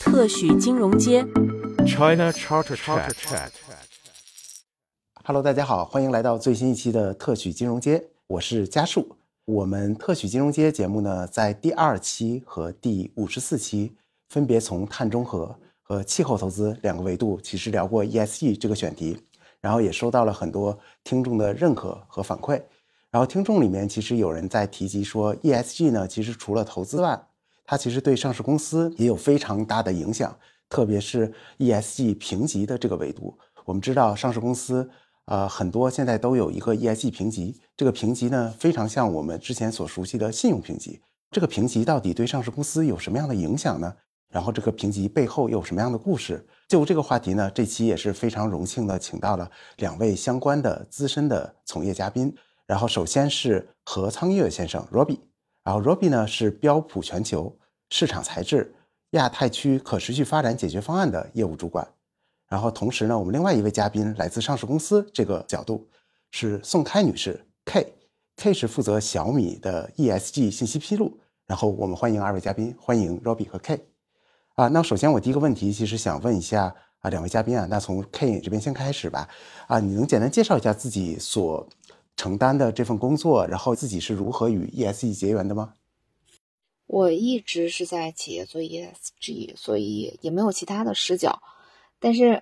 特许金融街 China Charter Chat。Hello， 大家好，欢迎来到最新一期的特许金融街，我是嘉树。我们特许金融街节目呢，在第2期和第54期分别从碳中和和气候投资两个维度，其实聊过 ESG 这个选题，然后也收到了很多听众的认可和反馈。然后听众里面其实有人在提及说 ESG 呢，其实除了投资外，它其实对上市公司也有非常大的影响，特别是 ESG 评级的这个维度。我们知道上市公司很多现在都有一个 ESG 评级，这个评级呢非常像我们之前所熟悉的信用评级。这个评级到底对上市公司有什么样的影响呢？然后这个评级背后有什么样的故事？就这个话题呢，这期也是非常荣幸的请到了2位相关的资深的从业嘉宾。然后首先是何苍月先生 Robbie， 然后 Robbie 呢是标普全球市场材质亚太区可持续发展解决方案的业务主管。然后同时呢，我们另外一位嘉宾来自上市公司这个角度是宋开女士 K 是负责小米的 ESG 信息披露。然后我们欢迎2位嘉宾，欢迎 Robbie 和 K。那首先我第一个问题其实想问一下2位嘉宾那从 K 这边先开始吧。你能简单介绍一下自己所承担的这份工作，然后自己是如何与 ESG 结缘的吗？ 我一直是在企业做 ESG， 所以也没有其他的视角。但是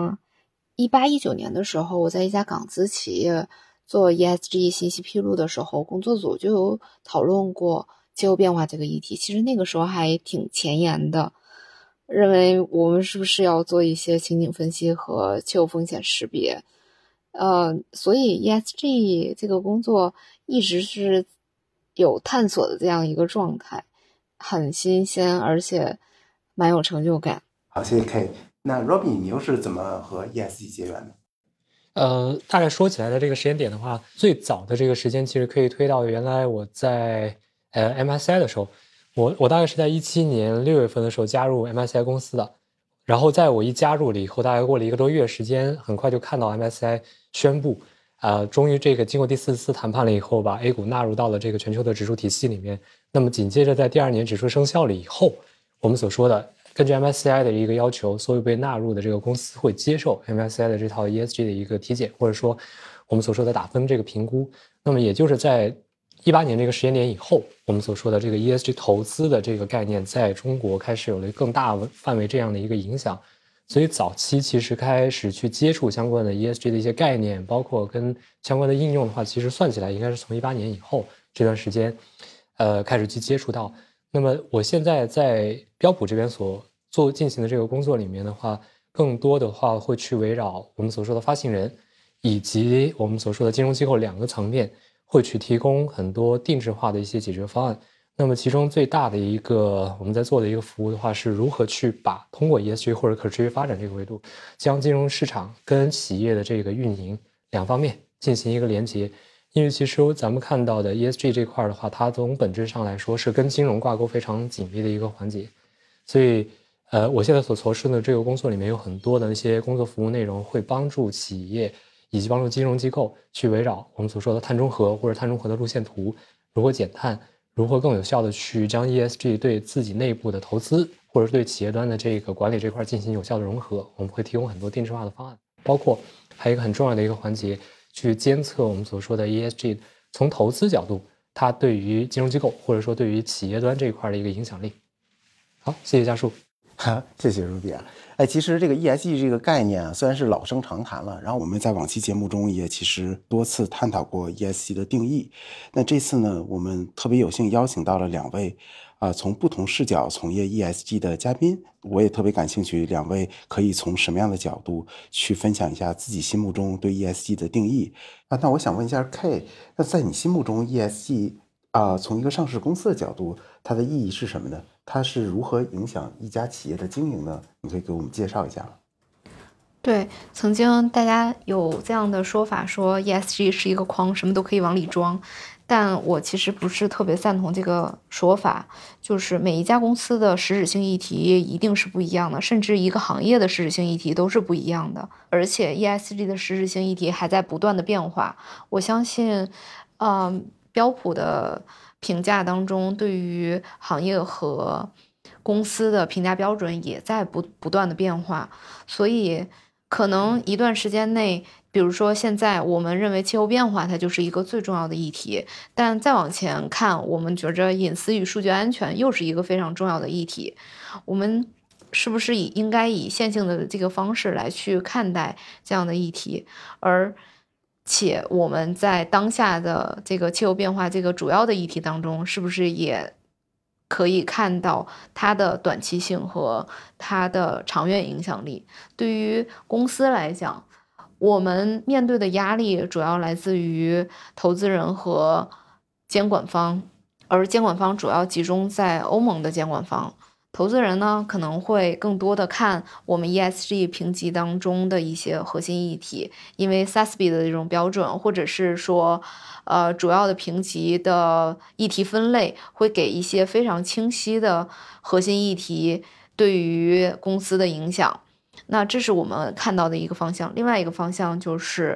18、19年的时候，我在一家港资企业做 ESG 信息披露的时候，工作组就有讨论过气候变化这个议题。其实那个时候还挺前沿的，认为我们是不是要做一些情景分析和气候风险识别。所以 ESG 这个工作一直是有探索的这样一个状态，很新鲜，而且蛮有成就感。 好，谢谢 K。那 Robbie 你又是怎么和 ESG 结缘的？ 大概说起来的这个时间点的话，最早的这个时间其实可以推到原来我在MSCI 的时候，我大概是在17年6月份的时候加入 MSCI 公司的。然后在我一加入了以后，大概过了1个多月时间，很快就看到 MSCI 宣布终于这个经过第4次谈判了以后，把 A 股纳入到了这个全球的指数体系里面。那么紧接着在第2年指数生效了以后，我们所说的根据 MSCI 的一个要求，所有被纳入的这个公司会接受 MSCI 的这套 ESG 的一个体检，或者说我们所说的打分这个评估。那么也就是在18年这个时间点以后，我们所说的这个 ESG 投资的这个概念在中国开始有了更大范围这样的一个影响。所以早期其实开始去接触相关的 ESG 的一些概念，包括跟相关的应用的话，其实算起来应该是从18年以后这段时间开始去接触到。那么我现在在标普这边所进行的这个工作里面的话，更多的话会去围绕我们所说的发行人以及我们所说的金融机构2个层面，会去提供很多定制化的一些解决方案。那么其中最大的一个我们在做的一个服务的话，是如何去把通过 ESG 或者可持续发展这个维度，将金融市场跟企业的这个运营2方面进行一个连接。因为其实咱们看到的 ESG 这块的话，它从本质上来说是跟金融挂钩非常紧密的一个环节。所以我现在所从事的这个工作里面有很多的一些工作服务内容，会帮助企业以及帮助金融机构去围绕我们所说的碳中和或者碳中和的路线图，如何减碳，如何更有效的去将 ESG 对自己内部的投资或者对企业端的这个管理这块进行有效的融合。我们会提供很多定制化的方案，包括还有一个很重要的一个环节，去监测我们所说的 ESG 从投资角度它对于金融机构或者说对于企业端这一块的一个影响力。好，谢谢嘉树。 谢谢 Ruby。其实这个 ESG 这个概念虽然是老生常谈了，然后我们在往期节目中也其实多次探讨过 ESG 的定义。那这次呢，我们特别有幸邀请到了2位从不同视角从业 ESG 的嘉宾，我也特别感兴趣2位可以从什么样的角度去分享一下自己心目中对 ESG 的定义。那我想问一下 K， 那在你心目中 ESG从一个上市公司的角度，它的意义是什么呢？它是如何影响一家企业的经营呢？你可以给我们介绍一下吗？ 对，曾经大家有这样的说法，说 ESG 是一个筐，什么都可以往里装。但我其实不是特别赞同这个说法，就是每一家公司的实质性议题一定是不一样的，甚至一个行业的实质性议题都是不一样的。而且 ESG 的实质性议题还在不断的变化。我相信，标普的评价当中，对于行业和公司的评价标准也在不断的变化，所以可能一段时间内，比如说现在我们认为气候变化它就是一个最重要的议题，但再往前看，我们觉着隐私与数据安全又是一个非常重要的议题。我们是不是应该以线性的这个方式来去看待这样的议题，且我们在当下的这个气候变化这个主要的议题当中，是不是也可以看到它的短期性和它的长远影响力？对于公司来讲，我们面对的压力主要来自于投资人和监管方，而监管方主要集中在欧盟的监管方。投资人呢，可能会更多的看我们 ESG 评级当中的一些核心议题，因为 SASB 的这种标准，或者是说，主要的评级的议题分类，会给一些非常清晰的核心议题对于公司的影响。那这是我们看到的一个方向。另外一个方向就是，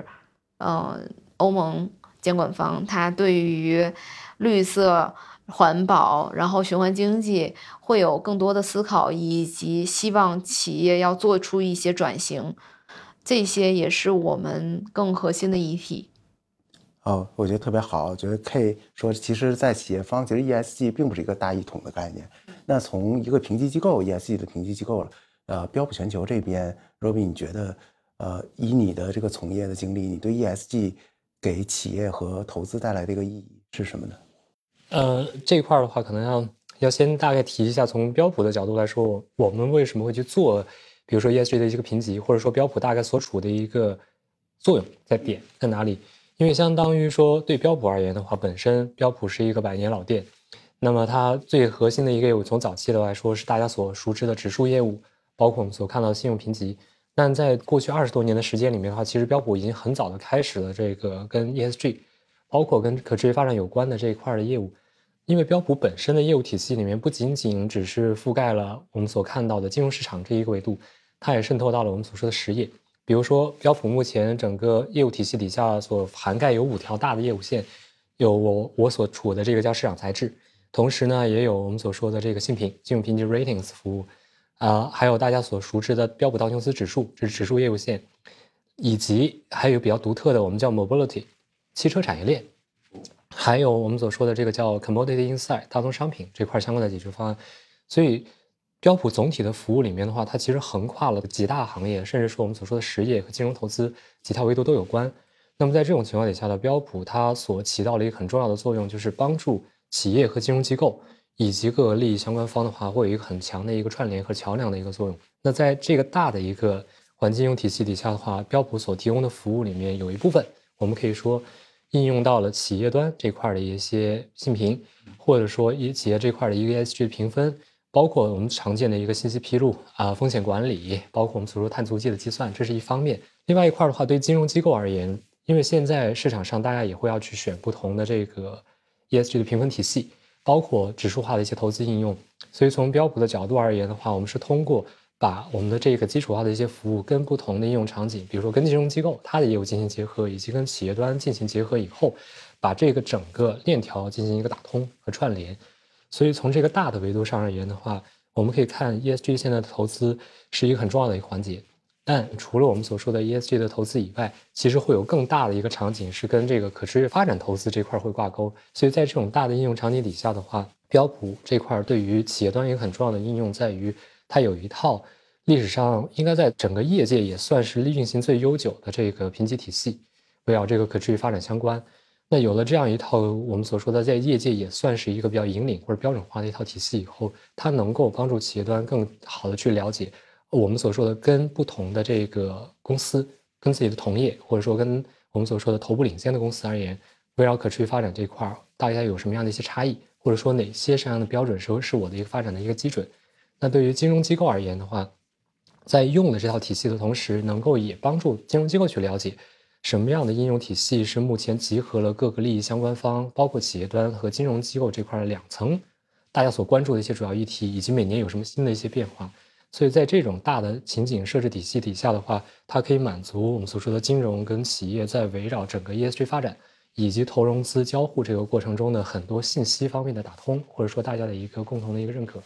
欧盟监管方它对于绿色、环保，然后循环经济会有更多的思考，以及希望企业要做出一些转型，这些也是我们更核心的议题。 我觉得特别好。我觉得 K 说，其实，在企业方，其实 ESG 并不是一个大一统的概念。那从一个评级机构 ESG 的评级机构标普全球这边 ，Robbie， 你觉得，以你的这个从业的经历，你对 ESG 给企业和投资带来的一个意义是什么呢？ 这一块的话，可能要先大概提一下，从标普的角度来说，我们为什么会去做，比如说 ESG 的一个评级，或者说标普大概所处的一个作用在哪里？因为相当于说，对标普而言的话，本身标普是一个100年老店，那么它最核心的一个业务，从早期的来说是大家所熟知的指数业务，包括我们所看到的信用评级。但在过去20多年的时间里面的话，其实标普已经很早的开始了这个跟 ESG，包括跟可持续发展有关的这一块的业务。因为标普本身的业务体系里面不仅仅只是覆盖了我们所看到的金融市场这一个维度，它也渗透到了我们所说的实业。比如说标普目前整个业务体系底下所涵盖有5条大的业务线，有我所处的这个叫市场材质，同时呢也有我们所说的这个信用评级 ratings 服务，还有大家所熟知的标普道琼斯指数，这是指数业务线，以及还有比较独特的我们叫 mobility 汽车产业链，还有我们所说的这个叫 commodity insight 大宗商品这块相关的解决方案。所以标普总体的服务里面的话，它其实横跨了几大行业，甚至说我们所说的实业和金融投资几条维度都有关。那么在这种情况底下的标普，它所起到了一个很重要的作用，就是帮助企业和金融机构以及各个利益相关方的话，会有一个很强的一个串联和桥梁的一个作用。那在这个大的一个环境应用体系底下的话，标普所提供的服务里面有一部分，我们可以说应用到了企业端这块的一些信评，或者说企业这块的一个 ESG 评分，包括我们常见的一个信息披露风险管理，包括我们所说碳足迹的计算，这是一方面。另外一块的话，对金融机构而言，因为现在市场上大家也会要去选不同的这个 ESG 的评分体系，包括指数化的一些投资应用，所以从标普的角度而言的话，我们是通过把我们的这个基础化的一些服务跟不同的应用场景，比如说跟金融机构它的业务进行结合，以及跟企业端进行结合以后，把这个整个链条进行一个打通和串联。所以从这个大的维度上而言的话，我们可以看 ESG 现在的投资是一个很重要的一个环节。但除了我们所说的 ESG 的投资以外，其实会有更大的一个场景是跟这个可持续发展投资这块会挂钩。所以在这种大的应用场景底下的话，标普这块对于企业端一个很重要的应用在于，它有一套历史上应该在整个业界也算是运行最悠久的这个评级体系，围绕这个可持续发展相关。那有了这样一套我们所说的在业界也算是一个比较引领或者标准化的一套体系以后，它能够帮助企业端更好的去了解我们所说的跟不同的这个公司，跟自己的同业，或者说跟我们所说的头部领先的公司而言，围绕可持续发展这一块大家有什么样的一些差异，或者说哪些什么样的标准是我的一个发展的一个基准。那对于金融机构而言的话，在用的这套体系的同时，能够也帮助金融机构去了解什么样的应用体系是目前集合了各个利益相关方，包括企业端和金融机构这块2层大家所关注的一些主要议题，以及每年有什么新的一些变化。所以在这种大的情景设置体系底下的话，它可以满足我们所说的金融跟企业在围绕整个 ESG 发展以及投融资交互这个过程中的很多信息方面的打通，或者说大家的一个共同的一个认可。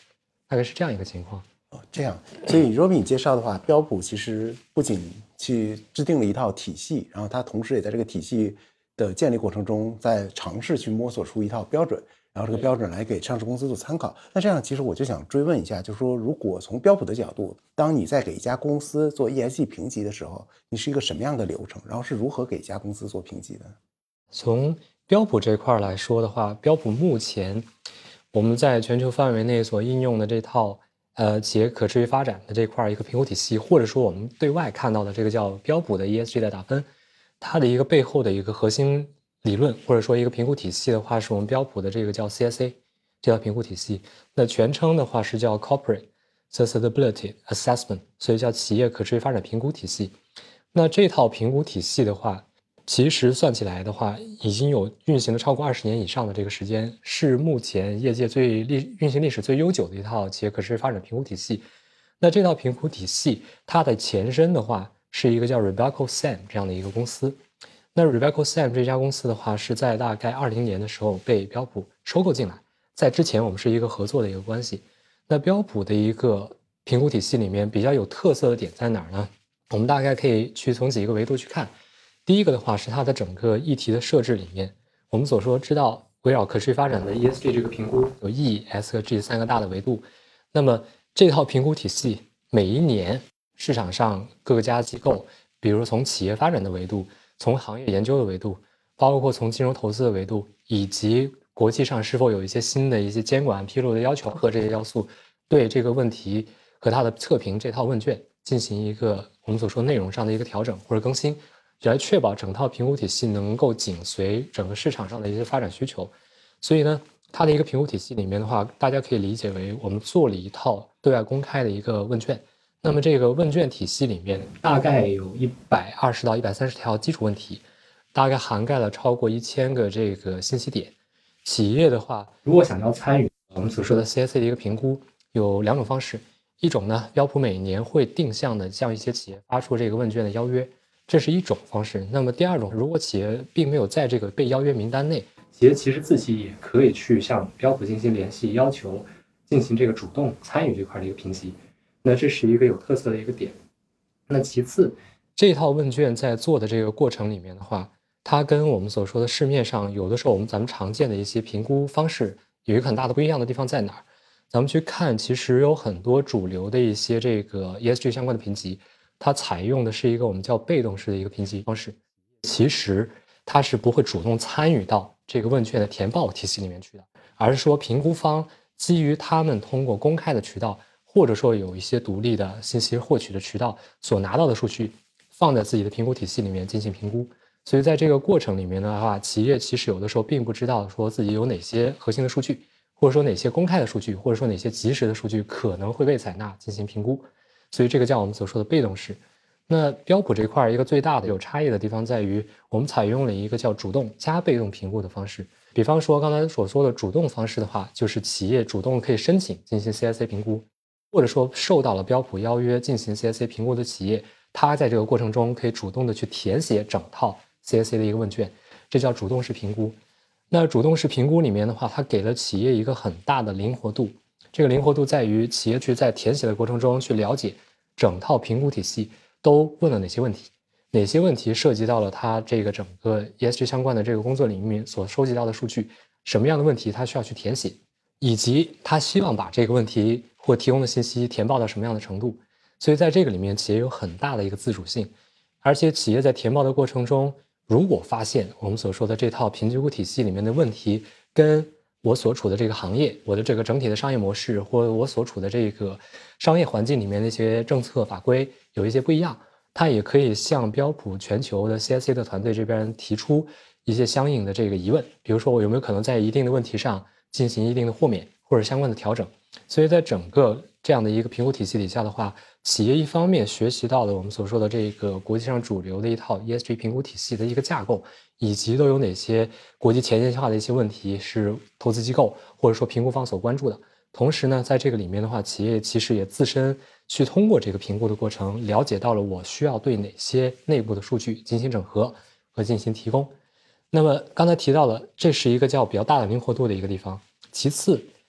大概是这样一个情况。 这样，所以 Robin 介绍的话，标普其实不仅去制定了一套体系，然后它同时也在这个体系的建立过程中，在尝试去摸索出一套标准，然后这个标准来给上市公司做参考。那这样，其实我就想追问一下，就是说，如果从标普的角度，当你在给一家公司做 ESG 评级的时候，你是一个什么样的流程？然后是如何给一家公司做评级的？ 从标普这块来说的话，标普目前我们在全球范围内所应用的这套企业可持续发展的这块一个评估体系，或者说我们对外看到的这个叫标普的 ESG 的打分，它的一个背后的一个核心理论或者说一个评估体系的话，是我们标普的这个叫 CSA 这套评估体系。那全称的话是叫 Corporate Sustainability Assessment， 所以叫企业可持续发展评估体系。那这套评估体系的话，其实算起来的话，已经有运行了超过20年以上的这个时间，是目前业界运行历史最悠久的一套企业可持续发展评估体系。那这套评估体系，它的前身的话，是一个叫 RebelcoSam 这样的一个公司。那 RebelcoSam 这家公司的话，是在大概20年的时候被标普收购进来，在之前我们是一个合作的一个关系。那标普的一个评估体系里面比较有特色的点在哪儿呢？我们大概可以去从几个维度去看。第一个的话是它的整个议题的设置里面，我们所说知道围绕可持续发展的 ESG 这个评估有 E、S 和 G 3个大的维度。那么这套评估体系每一年市场上各家机构，比如从企业发展的维度，从行业研究的维度，包括从金融投资的维度，以及国际上是否有一些新的一些监管披露的要求和这些要素，对这个问题和它的测评这套问卷进行一个我们所说内容上的一个调整或者更新，来确保整套评估体系能够紧随整个市场上的一些发展需求。所以呢，它的一个评估体系里面的话，大家可以理解为我们做了一套对外公开的一个问卷。那么这个问卷体系里面大概有120到130条基础问题，大概涵盖了超过1000个这个信息点。企业的话，如果想要参与我们所说的 CSA 的一个评估，有2种方式。一种呢，标普每年会定向的向一些企业发出这个问卷的邀约，这是一种方式。那么第二种，如果企业并没有在这个被邀约名单内，企业其实自己也可以去向标普进行联系，要求进行这个主动参与这块的一个评级。那这是一个有特色的一个点。那其次，这套问卷在做的这个过程里面的话，它跟我们所说的市面上有的时候咱们常见的一些评估方式有一个很大的不一样的地方在哪儿？咱们去看，其实有很多主流的一些这个 ESG 相关的评级，它采用的是一个我们叫被动式的一个评级方式。其实它是不会主动参与到这个问卷的填报体系里面去的，而是说评估方基于他们通过公开的渠道，或者说有一些独立的信息获取的渠道所拿到的数据，放在自己的评估体系里面进行评估。所以在这个过程里面的话，企业其实有的时候并不知道说自己有哪些核心的数据，或者说哪些公开的数据，或者说哪些及时的数据可能会被采纳进行评估。所以这个叫我们所说的被动式。那标普这块一个最大的有差异的地方在于，我们采用了一个叫主动加被动评估的方式。比方说刚才所说的主动方式的话，就是企业主动可以申请进行 CSA 评估，或者说受到了标普邀约进行 CSA 评估的企业，它在这个过程中可以主动的去填写整套 CSA 的一个问卷，这叫主动式评估。那主动式评估里面的话，它给了企业一个很大的灵活度。这个灵活度在于企业去在填写的过程中去了解整套评估体系都问了哪些问题，哪些问题涉及到了它这个整个 ESG 相关的这个工作领域所收集到的数据，什么样的问题它需要去填写，以及它希望把这个问题或提供的信息填报到什么样的程度。所以在这个里面，企业有很大的一个自主性，而且企业在填报的过程中，如果发现我们所说的这套评估体系里面的问题跟我所处的这个行业，我的这个整体的商业模式，或我所处的这个商业环境里面的一些政策法规有一些不一样，它也可以向标普全球的 CSA 的团队这边提出一些相应的这个疑问，比如说我有没有可能在一定的问题上进行一定的豁免或者相关的调整。所以在整个这样的一个评估体系底下的话，企业一方面学习到了我们所说的这个国际上主流的一套 ESG 评估体系的一个架构，以及都有哪些国际前沿化的一些问题是投资机构或者说评估方所关注的。同时呢，在这个里面的话，企业其实也自身去通过这个评估的过程，了解到了我需要对哪些内部的数据进行整合和进行提供。那么刚才提到了，这是一个叫比较大的灵活度的一个地方。其次，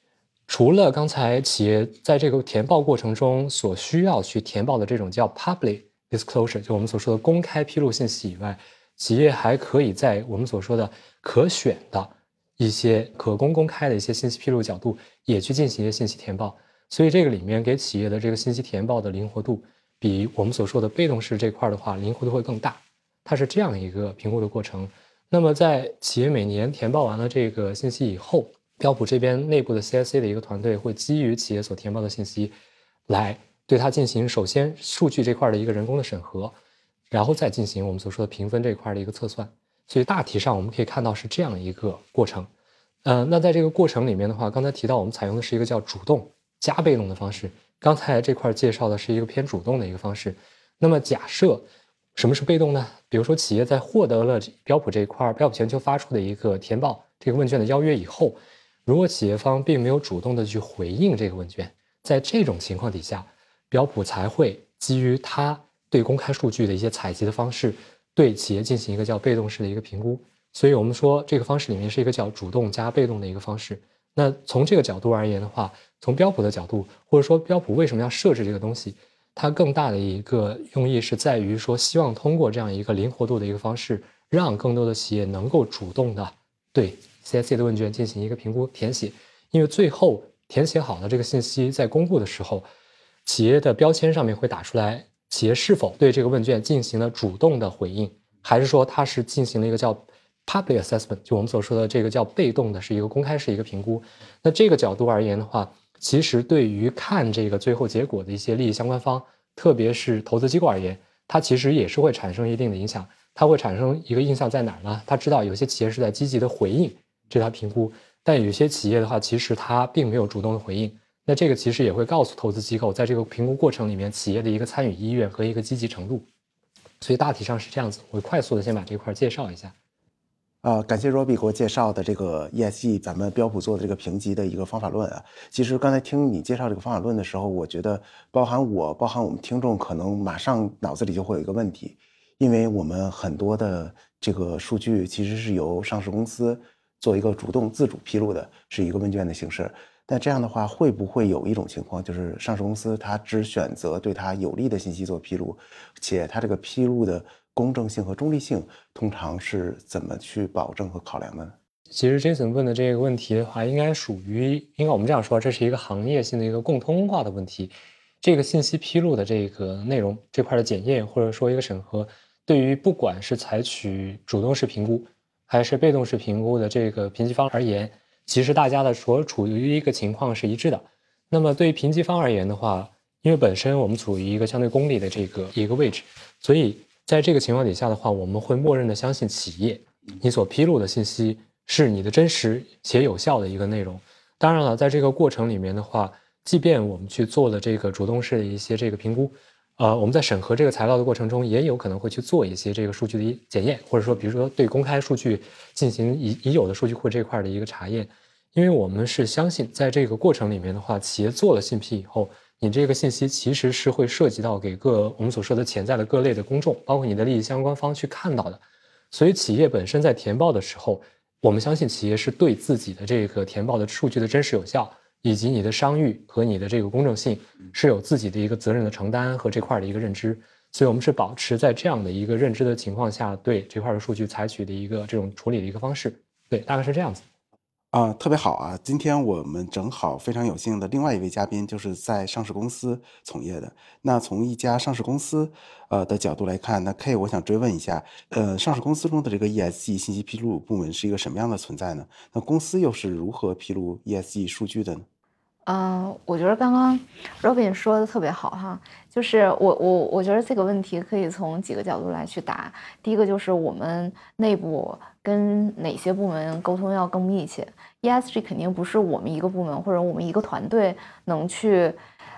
除了刚才企业在这个填报过程中所需要去填报的这种叫 public disclosure， 就我们所说的公开披露信息以外，企业还可以在我们所说的可选的一些可供公开的一些信息披露角度也去进行一些信息填报。所以这个里面给企业的这个信息填报的灵活度，比我们所说的被动式这块的话，灵活度会更大。它是这样一个评估的过程。那么在企业每年填报完了这个信息以后，标普这边内部的 CSA 的一个团队会基于企业所填报的信息，来对它进行首先数据这块的一个人工的审核，然后再进行我们所说的评分这块的一个测算。所以大体上我们可以看到是这样一个过程。那在这个过程里面的话，刚才提到我们采用的是一个叫主动加被动的方式，刚才这块介绍的是一个偏主动的一个方式。那么假设什么是被动呢？比如说企业在获得了标普这一块标普全球发出的一个填报这个问卷的邀约以后，如果企业方并没有主动的去回应这个问卷，在这种情况底下，标普才会基于它对公开数据的一些采集的方式，对企业进行一个叫被动式的一个评估。所以我们说这个方式里面是一个叫主动加被动的一个方式。那从这个角度而言的话，从标普的角度，或者说标普为什么要设置这个东西，它更大的一个用意是在于说，希望通过这样一个灵活度的一个方式，让更多的企业能够主动的对 CSA 的问卷进行一个评估填写。因为最后填写好的这个信息在公布的时候，企业的标签上面会打出来企业是否对这个问卷进行了主动的回应，还是说它是进行了一个叫 public assessment， 就我们所说的这个叫被动的，是一个公开式一个评估。那这个角度而言的话，其实对于看这个最后结果的一些利益相关方，特别是投资机构而言，它其实也是会产生一定的影响。它会产生一个印象在哪儿呢？它知道有些企业是在积极的回应这条评估，但有些企业的话，其实它并没有主动的回应。那这个其实也会告诉投资机构，在这个评估过程里面，企业的一个参与意愿和一个积极程度。所以大体上是这样子，我会快速的先把这块介绍一下。 感谢 Robbie 给我介绍的这个 ESG 咱们标普做的这个评级的一个方法论啊。其实刚才听你介绍这个方法论的时候，我觉得包含我们听众可能马上脑子里就会有一个问题，因为我们很多的这个数据其实是由上市公司做一个主动自主披露的，是一个问卷的形式。但这样的话，会不会有一种情况，就是上市公司它只选择对它有利的信息做披露，且它这个披露的公正性和中立性通常是怎么去保证和考量的呢？ 其实 Jason 问的这个问题的话，应该我们这样说，这是一个行业性的一个共通化的问题。这个信息披露的这个内容这块的检验或者说一个审核，对于不管是采取主动式评估还是被动式评估的这个评级方而言，其实大家的所处于一个情况是一致的。那么对于评级方而言的话，因为本身我们处于一个相对公理的这个一个位置，所以在这个情况底下的话，我们会默认的相信企业你所披露的信息是你的真实且有效的一个内容。当然了，在这个过程里面的话，即便我们去做了这个主动式的一些这个评估，我们在审核这个材料的过程中，也有可能会去做一些这个数据的检验，或者说比如说对公开数据进行已有的数据库这块的一个查验。因为我们是相信在这个过程里面的话，企业做了信批以后，你这个信息其实是会涉及到给我们所说的潜在的各类的公众，包括你的利益相关方去看到的。所以企业本身在填报的时候，我们相信企业是对自己的这个填报的数据的真实有效，以及你的商誉和你的这个公正性是有自己的一个责任的承担和这块的一个认知。所以我们是保持在这样的一个认知的情况下，对这块的数据采取的一个这种处理的一个方式。对，大概是这样子。 特别好啊！今天我们正好非常有幸的另外一位嘉宾就是在上市公司从业的。那从一家上市公司的角度来看，那 K 我想追问一下，上市公司中的这个 ESG 信息披露部门是一个什么样的存在呢？那公司又是如何披露 ESG 数据的呢？ 我觉得刚刚 Robin 说的特别好哈，就是我觉得这个问题可以从几个角度来去答。第一个就是我们内部跟哪些部门沟通要更密切。ESG 肯定不是我们一个部门或者我们一个团队能去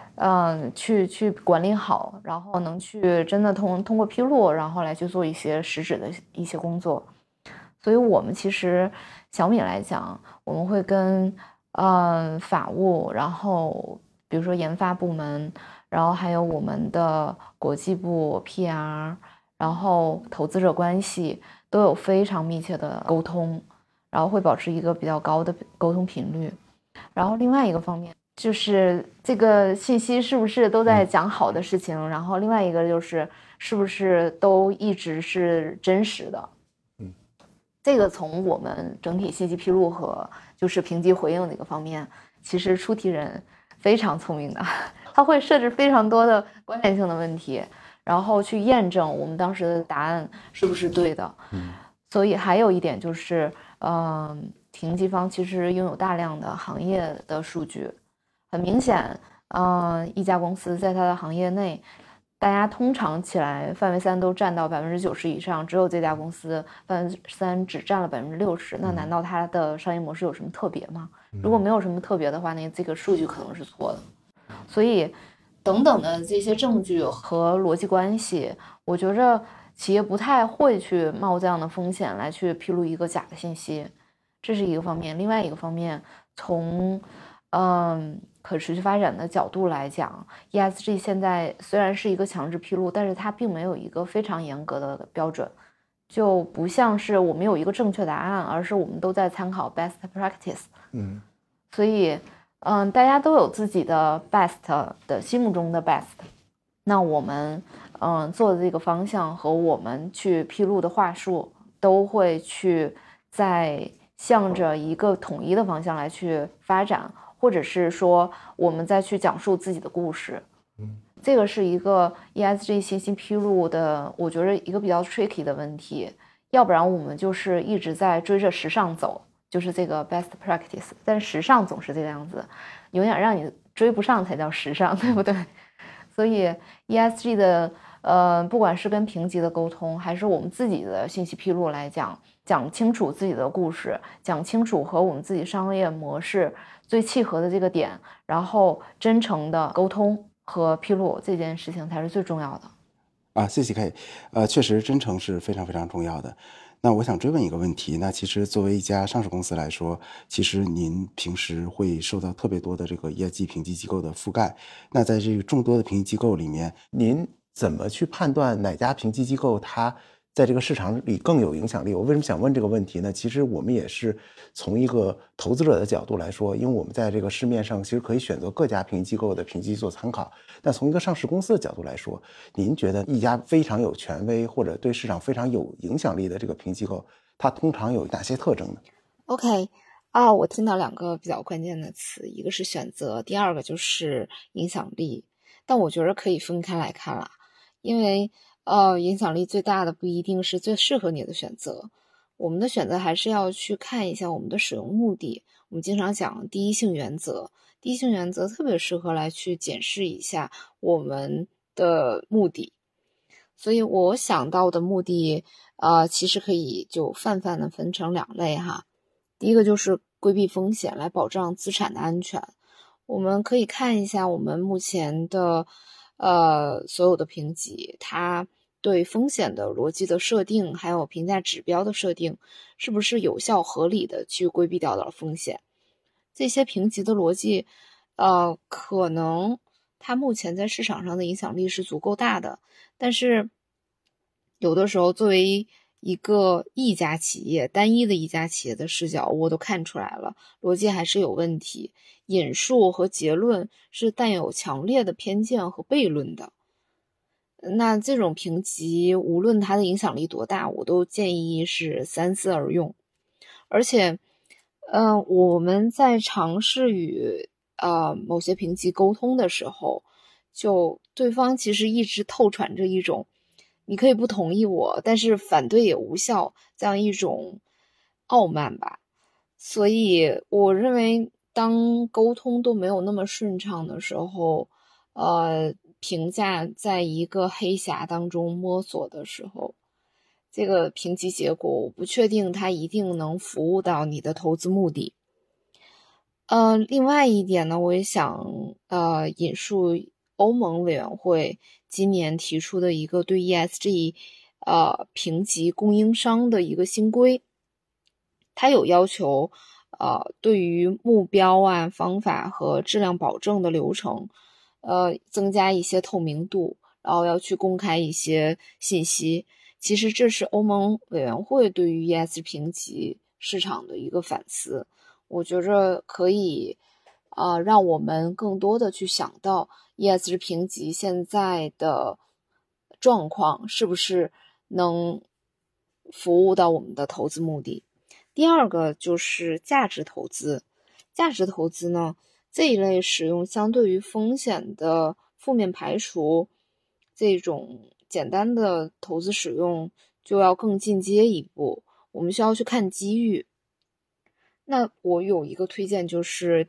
管理好，然后能去真的通过披露，然后来去做一些实质的一些工作。所以我们其实小米来讲，我们会跟法务，然后比如说研发部门，然后还有我们的国际部 PR， 然后投资者关系都有非常密切的沟通，然后会保持一个比较高的沟通频率。 然后另外一个方面就是这个信息是不是都在讲好的事情，然后另外一个就是是不是都一直是真实的。这个从我们整体信息披露和就是评级回应的一个方面，其实出题人非常聪明的，他会设置非常多的关联性的问题，然后去验证我们当时的答案是不是对的。所以还有一点就是，评级方其实拥有大量的行业的数据，很明显，一家公司在它的行业内，大家通常起来范围3都占到90%以上，只有这家公司范围3只占了60%，那难道它的商业模式有什么特别吗？如果没有什么特别的话，那这个数据可能是错的。所以，等等的这些证据和逻辑关系，我觉着企业不太会去冒这样的风险来去披露一个假的信息，这是一个方面。另外一个方面，从可持续发展的角度来讲 ，ESG 现在虽然是一个强制披露，但是它并没有一个非常严格的标准，就不像是我们有一个正确答案，而是我们都在参考 best practice。所以大家都有自己的 best 的心目中的 best， 那我们做的这个方向和我们去披露的话术都会去在向着一个统一的方向来去发展，或者是说我们再去讲述自己的故事。这个是一个 ESG 信息披露的，我觉得一个比较 tricky 的问题，要不然我们就是一直在追着时尚走，就是这个 best practice， 但是时尚总是这个样子，永远让你追不上才叫时尚，对不对？所以 ESG 的不管是跟评级的沟通，还是我们自己的信息披露来讲，讲清楚自己的故事，讲清楚和我们自己商业模式最契合的这个点，然后真诚的沟通和披露这件事情才是最重要的。 谢谢 K， 确实真诚是非常非常重要的。那我想追问一个问题，那其实作为一家上市公司来说，其实您平时会受到特别多的这个 ESG 评级机构的覆盖。那在这个众多的评级机构里面，您怎么去判断哪家评级机构它在这个市场里更有影响力？我为什么想问这个问题呢？其实我们也是从一个投资者的角度来说，因为我们在这个市面上其实可以选择各家评级机构的评级做参考。但从一个上市公司的角度来说，您觉得一家非常有权威或者对市场非常有影响力的这个评级机构，它通常有哪些特征呢？ OK，我听到2个比较关键的词，一个是选择，第二个就是影响力。但我觉得可以分开来看啦，因为影响力最大的不一定是最适合你的选择，我们的选择还是要去看一下我们的使用目的。我们经常讲第一性原则，第一性原则特别适合来去检视一下我们的目的。所以我想到的目的其实可以就泛泛的分成2类哈。第一个就是规避风险，来保障资产的安全。我们可以看一下我们目前的所有的评级，它对风险的逻辑的设定，还有评价指标的设定，是不是有效合理的去规避掉了风险。这些评级的逻辑可能它目前在市场上的影响力是足够大的，但是有的时候作为一个单一的一家企业的视角，我都看出来了，逻辑还是有问题，引述和结论是带有强烈的偏见和悖论的。那这种评级无论它的影响力多大，我都建议是三思而用。而且我们在尝试与某些评级沟通的时候，就对方其实一直透传着一种你可以不同意我，但是反对也无效这样一种傲慢吧。所以我认为当沟通都没有那么顺畅的时候，评价在一个黑匣当中摸索的时候，这个评级结果我不确定它一定能服务到你的投资目的。另外一点呢，我也想引述欧盟委员会今年提出的一个对 ESG 评级供应商的一个新规，它有要求对于目标方法和质量保证的流程增加一些透明度，然后要去公开一些信息。其实这是欧盟委员会对于 ESG 评级市场的一个反思。 我觉着可以让我们更多的去想到 ESG 评级现在的状况是不是能服务到我们的投资目的。第二个就是价值投资。价值投资呢，这一类使用相对于风险的负面排除这种简单的投资使用就要更进阶一步，我们需要去看机遇。那我有一个推荐，就是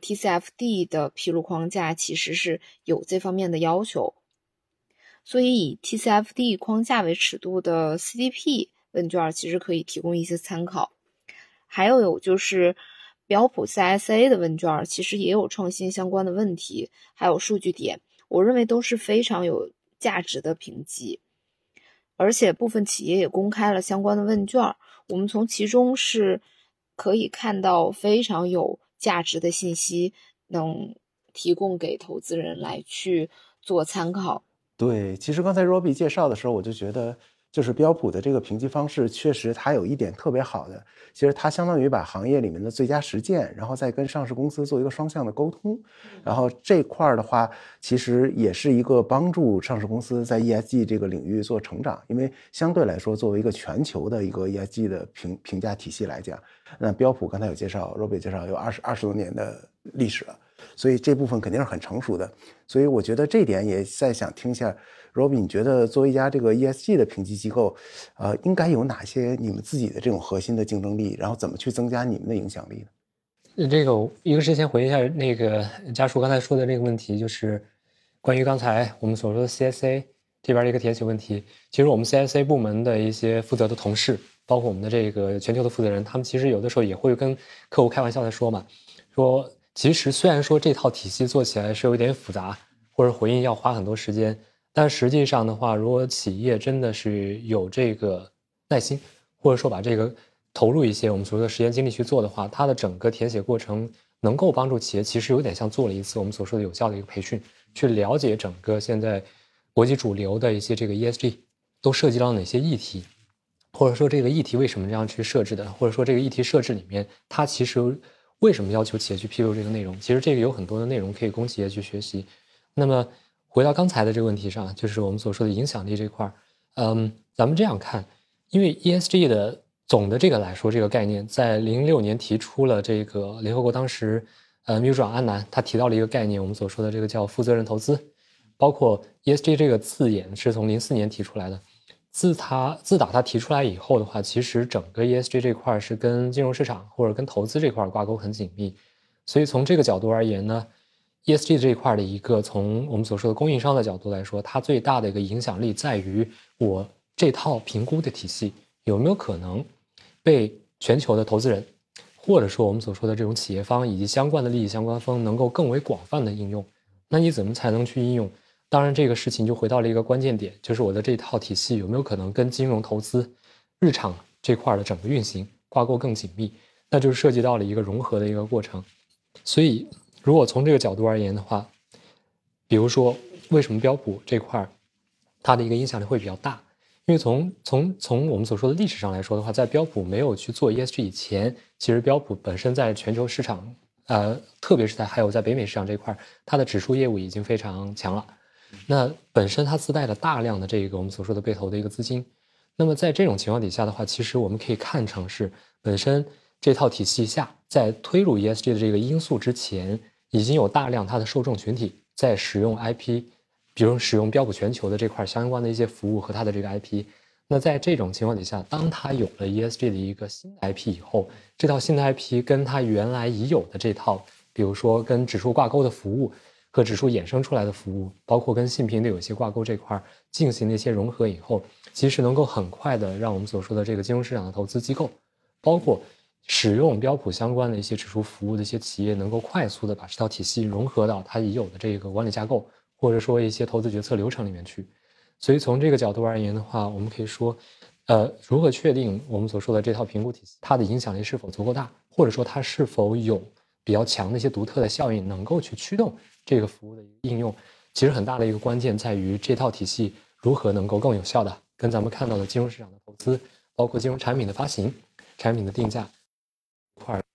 TCFD 的披露框架其实是有这方面的要求，所以以 TCFD 框架为尺度的 CDP 问卷其实可以提供一些参考。还有就是标普 CSA 的问卷其实也有创新相关的问题，还有数据点，我认为都是非常有价值的评级。而且部分企业也公开了相关的问卷，我们从其中是可以看到非常有价值的信息，能提供给投资人来去做参考。 对，其实刚才 Robbie 介绍的时候，我就觉得就是标普的这个评级方式，确实它有一点特别好的，其实它相当于把行业里面的最佳实践，然后再跟上市公司做一个双向的沟通，然后这块的话，其实也是一个帮助上市公司在 ESG 这个领域做成长，因为相对来说，作为一个全球的一个 ESG 的评价体系来讲，那标普刚才有介绍 ，Robbie 介绍有20多年的历史了。所以这部分肯定是很成熟的，所以我觉得这点也再想听一下 Robbie， 你觉得作为一家这个 ESG 的评级机构，应该有哪些你们自己的这种核心的竞争力，然后怎么去增加你们的影响力呢？ 这个一个是先回应一下那个家属刚才说的这个问题，就是关于刚才我们所说的 CSA 这边的一个填写问题。其实我们 CSA 部门的一些负责的同事，包括我们的这个全球的负责人，他们其实有的时候也会跟客户开玩笑的说嘛，说其实虽然说这套体系做起来是有一点复杂，或者回应要花很多时间，但实际上的话，如果企业真的是有这个耐心，或者说把这个投入一些我们所说的时间精力去做的话，它的整个填写过程能够帮助企业其实有点像做了一次我们所说的有效的一个培训，去了解整个现在国际主流的一些这个 ESG 都涉及到哪些议题，或者说这个议题为什么这样去设置的，或者说这个议题设置里面它其实为什么要求企业去披露这个内容，其实这个有很多的内容可以供企业去学习。那么回到刚才的这个问题上，就是我们所说的影响力这块咱们这样看，因为 ESG 的总的这个来说，这个概念在06年提出了这个联合国当时秘书长安南他提到了一个概念，我们所说的这个叫负责任投资，包括 ESG 这个字眼是从04年提出来的。自打他提出来以后的话，其实整个 ESG 这块是跟金融市场或者跟投资这块挂钩很紧密，所以从这个角度而言呢， ESG 这一块的一个从我们所说的供应商的角度来说，它最大的一个影响力在于我这套评估的体系有没有可能被全球的投资人，或者说我们所说的这种企业方以及相关的利益相关方能够更为广泛的应用。那你怎么才能去应用？当然这个事情就回到了一个关键点，就是我的这套体系有没有可能跟金融投资日常这块的整个运行挂钩更紧密，那就是涉及到了一个融合的一个过程。所以如果从这个角度而言的话，比如说为什么标普这块它的一个影响力会比较大，因为从我们所说的历史上来说的话，在标普没有去做 ESG 以前，其实标普本身在全球市场特别是还有在北美市场这块，它的指数业务已经非常强了。那本身它自带了大量的这个我们所说的被投的一个资金，那么在这种情况底下的话，其实我们可以看成是本身这套体系下，在推入 ESG 的这个因素之前，已经有大量它的受众群体在使用 IP， 比如使用标普全球的这块相关的一些服务和它的这个 IP。那在这种情况底下，当它有了 ESG 的一个新的 IP 以后，这套新的 IP 跟它原来已有的这套，比如说跟指数挂钩的服务和指数衍生出来的服务，包括跟信评的有些挂钩这块进行了一些融合以后，其实能够很快的让我们所说的这个金融市场的投资机构，包括使用标普相关的一些指数服务的一些企业，能够快速的把这套体系融合到它已有的这个管理架构，或者说一些投资决策流程里面去。所以从这个角度而言的话，我们可以说如何确定我们所说的这套评估体系它的影响力是否足够大，或者说它是否有比较强的一些独特的效应能够去驱动这个服务的应用，其实很大的一个关键在于这套体系如何能够更有效的跟咱们看到的金融市场的投资，包括金融产品的发行、产品的定价一块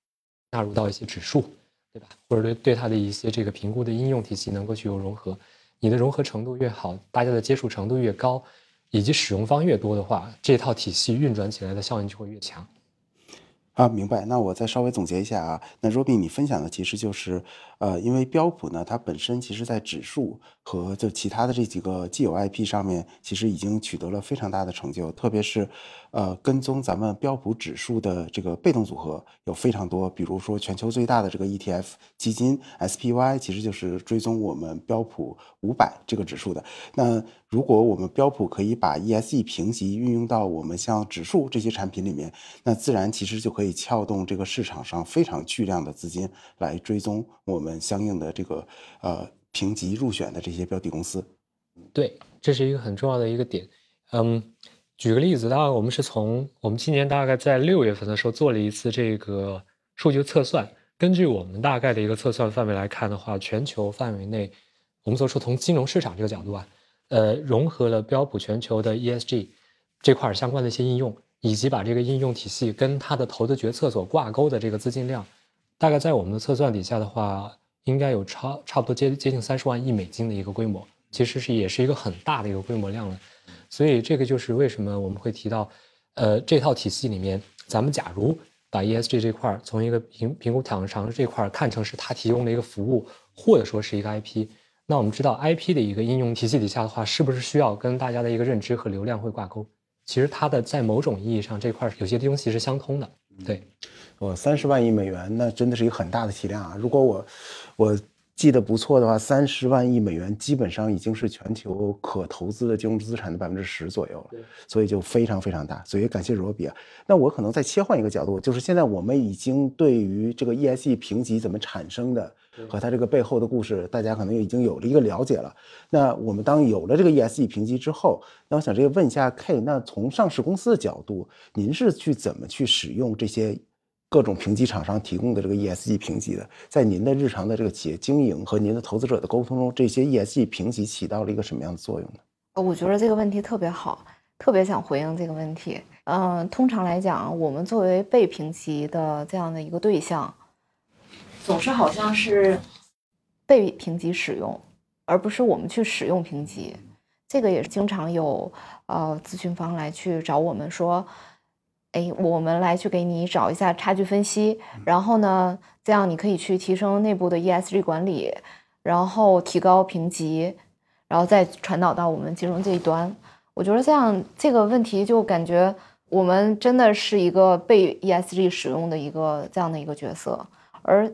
纳入到一些指数，对吧？或者对它的一些这个评估的应用体系能够具有融合。你的融合程度越好，大家的接触程度越高，以及使用方越多的话，这套体系运转起来的效应就会越强。 明白。那我再稍微总结一下啊。那 Robin 你分享的其实就是，因为标普呢，它本身其实在指数和就其他的这几个既有 IP 上面，其实已经取得了非常大的成就。特别是，跟踪咱们标普指数的这个被动组合有非常多，比如说全球最大的这个 ETF 基金 SPY， 其实就是追踪我们标普500这个指数的。那如果我们标普可以把 ESG 评级运用到我们像指数这些产品里面，那自然其实就可以撬动这个市场上非常巨量的资金来追踪我们相应的这个评级入选的这些标的公司。 对，这是一个很重要的一个点。举个例子，大概我们今年大概在6月份的时候做了一次这个数据测算，根据我们大概的一个测算范围来看的话，全球范围内，我们所说从金融市场这个角度啊，融合了标普全球的 ESG 这块相关的一些应用，以及把这个应用体系跟它的投资决策所挂钩的这个资金量，大概在我们的测算底下的话，应该有差不多接近30万亿美金的一个规模，其实也是一个很大的一个规模量了。所以这个就是为什么我们会提到，这套体系里面，咱们假如把 ESG 这块从一个评估厂商这块看成是它提供的一个服务，或者说是一个 IP， 那我们知道 IP 的一个应用体系底下的话，是不是需要跟大家的一个认知和流量会挂钩？其实它的在某种意义上这块有些东西是相通的。对 ，30万亿美元，那真的是一个很大的体量啊！如果我记得不错的话，30万亿美元基本上已经是全球可投资的金融资产的10%左右了，所以就非常非常大。所以感谢罗比啊。那我可能再切换一个角度，就是现在我们已经对于这个 ESG 评级怎么产生的和它这个背后的故事，大家可能已经有了一个了解了。那我们当有了这个 ESG 评级之后，那我想这个问一下 K， 那从上市公司的角度，您是怎么去使用这些各种评级厂商提供的这个 ESG 评级的，在您的日常的这个企业经营和您的投资者的沟通中，这些 ESG 评级起到了一个什么样的作用呢？ 我觉得这个问题特别好，特别想回应这个问题。通常来讲，我们作为被评级的这样的一个对象，总是好像是被评级使用，而不是我们去使用评级。这个也是经常有咨询方来去找我们说，我们来去给你找一下差距分析，然后呢，这样你可以去提升内部的 ESG 管理，然后提高评级，然后再传导到我们金融这一端。我觉得这个问题就感觉我们真的是一个被 ESG 使用的这样的一个角色，而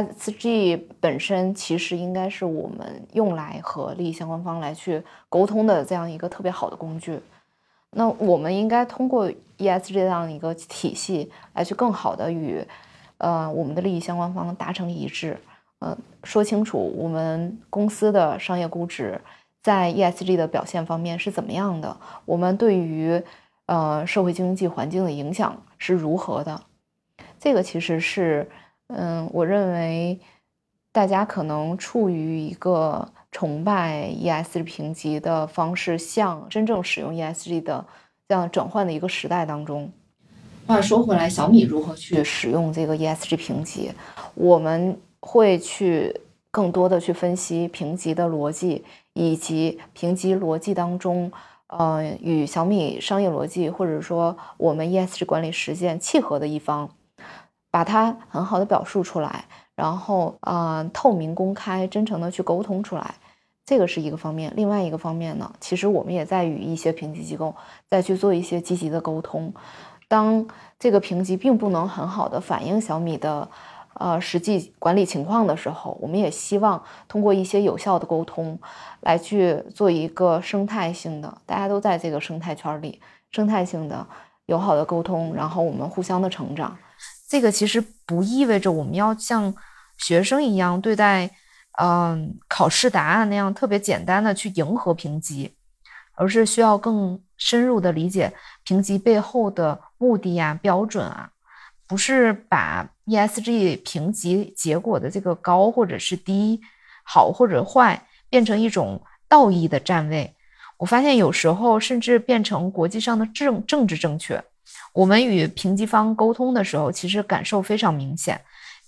ESG 本身其实应该是我们用来和利益相关方来去沟通的这样一个特别好的工具。那我们应该通过 ESG 这样一个体系来去更好的与我们的利益相关方达成一致，说清楚我们公司的商业估值在 ESG 的表现方面是怎么样的，我们对于社会经济环境的影响是如何的。这个其实是我认为大家可能处于一个崇拜 ESG 评级的方式向真正使用 ESG 的这样转换的一个时代当中。话说回来，小米如何去使用这个 ESG 评级，我们会去更多的去分析评级的逻辑，以及评级逻辑当中与小米商业逻辑或者说我们 ESG 管理实践契合的一方，把它很好的表述出来，然后透明公开真诚的去沟通出来，这个是一个方面。另外一个方面呢，其实我们也在与一些评级机构再去做一些积极的沟通。当这个评级并不能很好的反映小米的实际管理情况的时候，我们也希望通过一些有效的沟通来去做一个生态性的，大家都在这个生态圈里，生态性的友好的沟通，然后我们互相的成长。这个其实不意味着我们要像学生一样对待考试答案那样特别简单的去迎合评级，而是需要更深入的理解评级背后的目的啊、标准啊，不是把 ESG 评级结果的这个高或者是低、好或者坏变成一种道义的站位。我发现有时候甚至变成国际上的政治正确。我们与评级方沟通的时候，其实感受非常明显。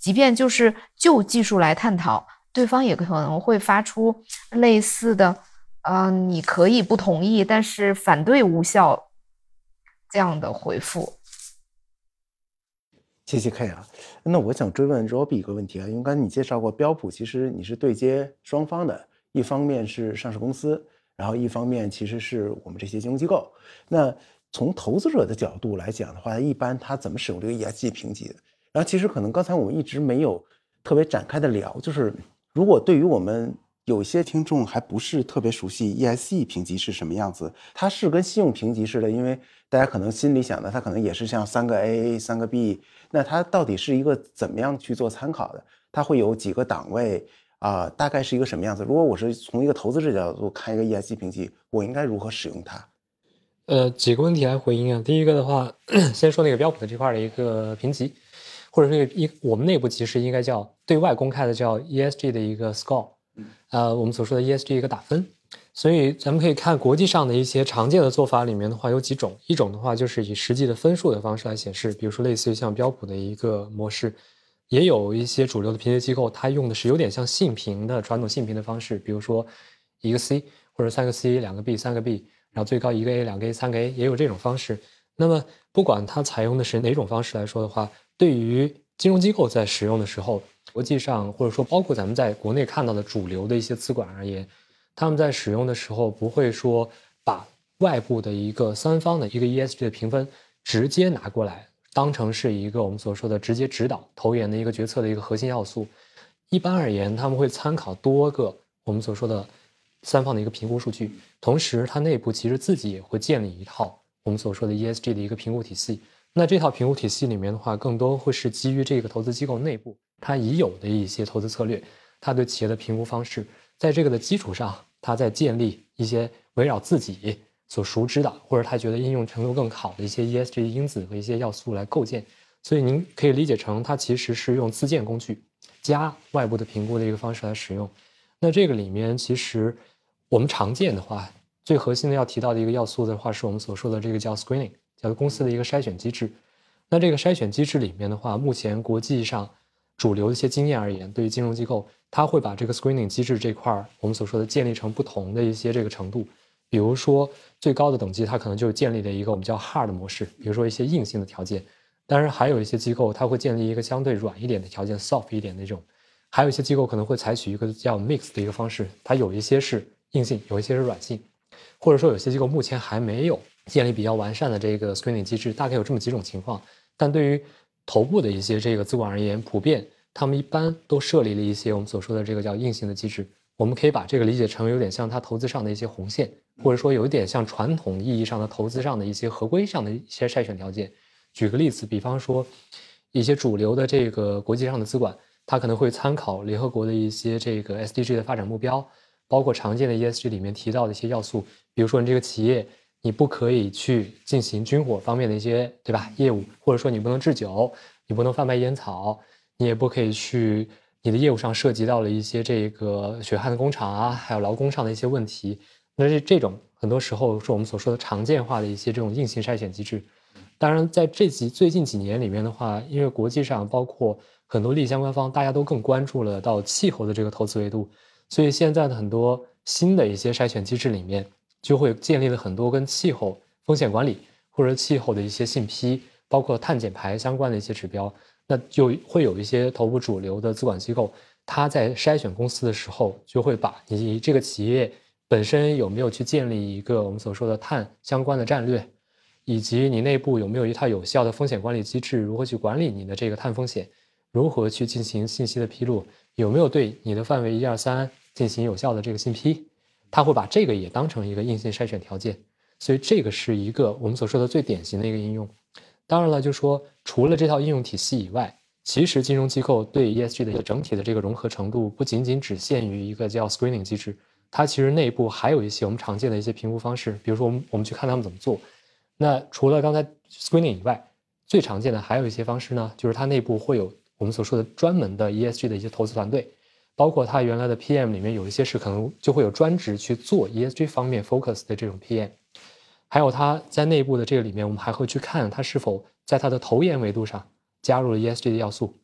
即便就技术来探讨，对方也可能会发出类似的你可以不同意，但是反对无效这样的回复。 谢谢 K 啊，那我想追问 Robbie 一个问题啊，因为刚才你介绍过标普，其实你是对接双方的，一方面是上市公司，然后一方面其实是我们这些金融机构。那从投资者的角度来讲的话，一般他怎么使用这个 ESG 评级的？然后其实可能刚才我们一直没有特别展开的聊，就是如果对于我们有一些听众还不是特别熟悉 ESG 评级是什么样子，它是跟信用评级似的，因为大家可能心里想的，它可能也是像3个 A、3个 B， 那它到底是一个怎么样去做参考的？它会有几个档位大概是一个什么样子？如果我是从一个投资者角度看一个 ESG 评级，我应该如何使用它？ 几个问题来回应啊。第一个的话，先说那个标普的这块的一个评级，或者说我们内部其实应该叫对外公开的叫 ESG 的一个 score，我们所说的 ESG 一个打分。所以咱们可以看国际上的一些常见的做法里面的话有几种，一种的话就是以实际的分数的方式来显示，比如说类似于像标普的一个模式，也有一些主流的评级机构，它用的是有点像信评的传统信评的方式，比如说1个 C 或者3个 C、2个 B、3个 B， 然后最高1个 A、2个 A、3个 A， 也有这种方式。那么不管它采用的是哪种方式来说的话，对于金融机构在使用的时候，国际上或者说包括咱们在国内看到的主流的一些资管而言，他们在使用的时候不会说把外部的一个3方的一个 ESG 的评分直接拿过来当成是一个我们所说的直接指导投研的一个决策的一个核心要素。一般而言，他们会参考多个我们所说的3方的一个评估数据，同时它内部其实自己也会建立一套我们所说的 ESG 的一个评估体系。那这套评估体系里面的话，更多会是基于这个投资机构内部它已有的一些投资策略，它对企业的评估方式，在这个的基础上，它在建立一些围绕自己所熟知的，或者他觉得应用程度更好的一些 ESG 因子和一些要素来构建。所以您可以理解成，它其实是用自建工具加外部的评估的一个方式来使用。那这个里面其实我们常见的话，最核心的要提到的一个要素的话，是我们所说的这个叫 screening， 叫做公司的一个筛选机制。那这个筛选机制里面的话，目前国际上主流的一些经验而言，对于金融机构，它会把这个 screening 机制这块我们所说的建立成不同的一些这个程度。比如说最高的等级，它可能就建立了一个我们叫 hard 模式，比如说一些硬性的条件。当然还有一些机构，它会建立一个相对软一点的条件 soft 一点的这种。还有一些机构可能会采取一个叫 mix 的一个方式，它有一些是硬性，有一些是软性。或者说有些机构目前还没有建立比较完善的这个 screening 机制，大概有这么几种情况。但对于头部的一些这个资管而言，普遍他们一般都设立了一些我们所说的这个叫硬性的机制。我们可以把这个理解成有点像它投资上的一些红线，或者说有一点像传统意义上的投资上的一些合规上的一些筛选条件。举个例子，比方说一些主流的这个国际上的资管，它可能会参考联合国的一些这个 SDG 的发展目标，包括常见的 ESG 里面提到的一些要素，比如说你这个企业你不可以去进行军火方面的一些对吧业务，或者说你不能制酒，你不能贩卖烟草，你也不可以去你的业务上涉及到了一些这个血汗的工厂啊，还有劳工上的一些问题。那这种很多时候是我们所说的常见化的一些这种硬性筛选机制。当然在最近几年里面的话，因为国际上包括很多利益相关方大家都更关注了到气候的这个投资维度，所以现在的很多新的一些筛选机制里面就会建立了很多跟气候风险管理或者气候的一些信批，包括碳减排相关的一些指标。那就会有一些头部主流的资管机构，它在筛选公司的时候就会把你这个企业本身有没有去建立一个我们所说的碳相关的战略，以及你内部有没有一套有效的风险管理机制，如何去管理你的这个碳风险，如何去进行信息的披露，有没有对你的范围1、2、3进行有效的这个信批，他会把这个也当成一个硬性筛选条件。所以这个是一个我们所说的最典型的一个应用。当然了，就说除了这套应用体系以外，其实金融机构对 ESG 的一个整体的这个融合程度不仅仅只限于一个叫 screening 机制，它其实内部还有一些我们常见的一些评估方式，比如说我们去看他们怎么做。那除了刚才 screening 以外，最常见的还有一些方式呢，就是它内部会有我们所说的专门的 ESG 的一些投资团队，包括它原来的 PM 里面有一些是可能就会有专职去做 ESG 方面 focus 的这种 PM， 还有它在内部的这个里面，我们还会去看它是否在它的投研维度上加入了 ESG 的要素，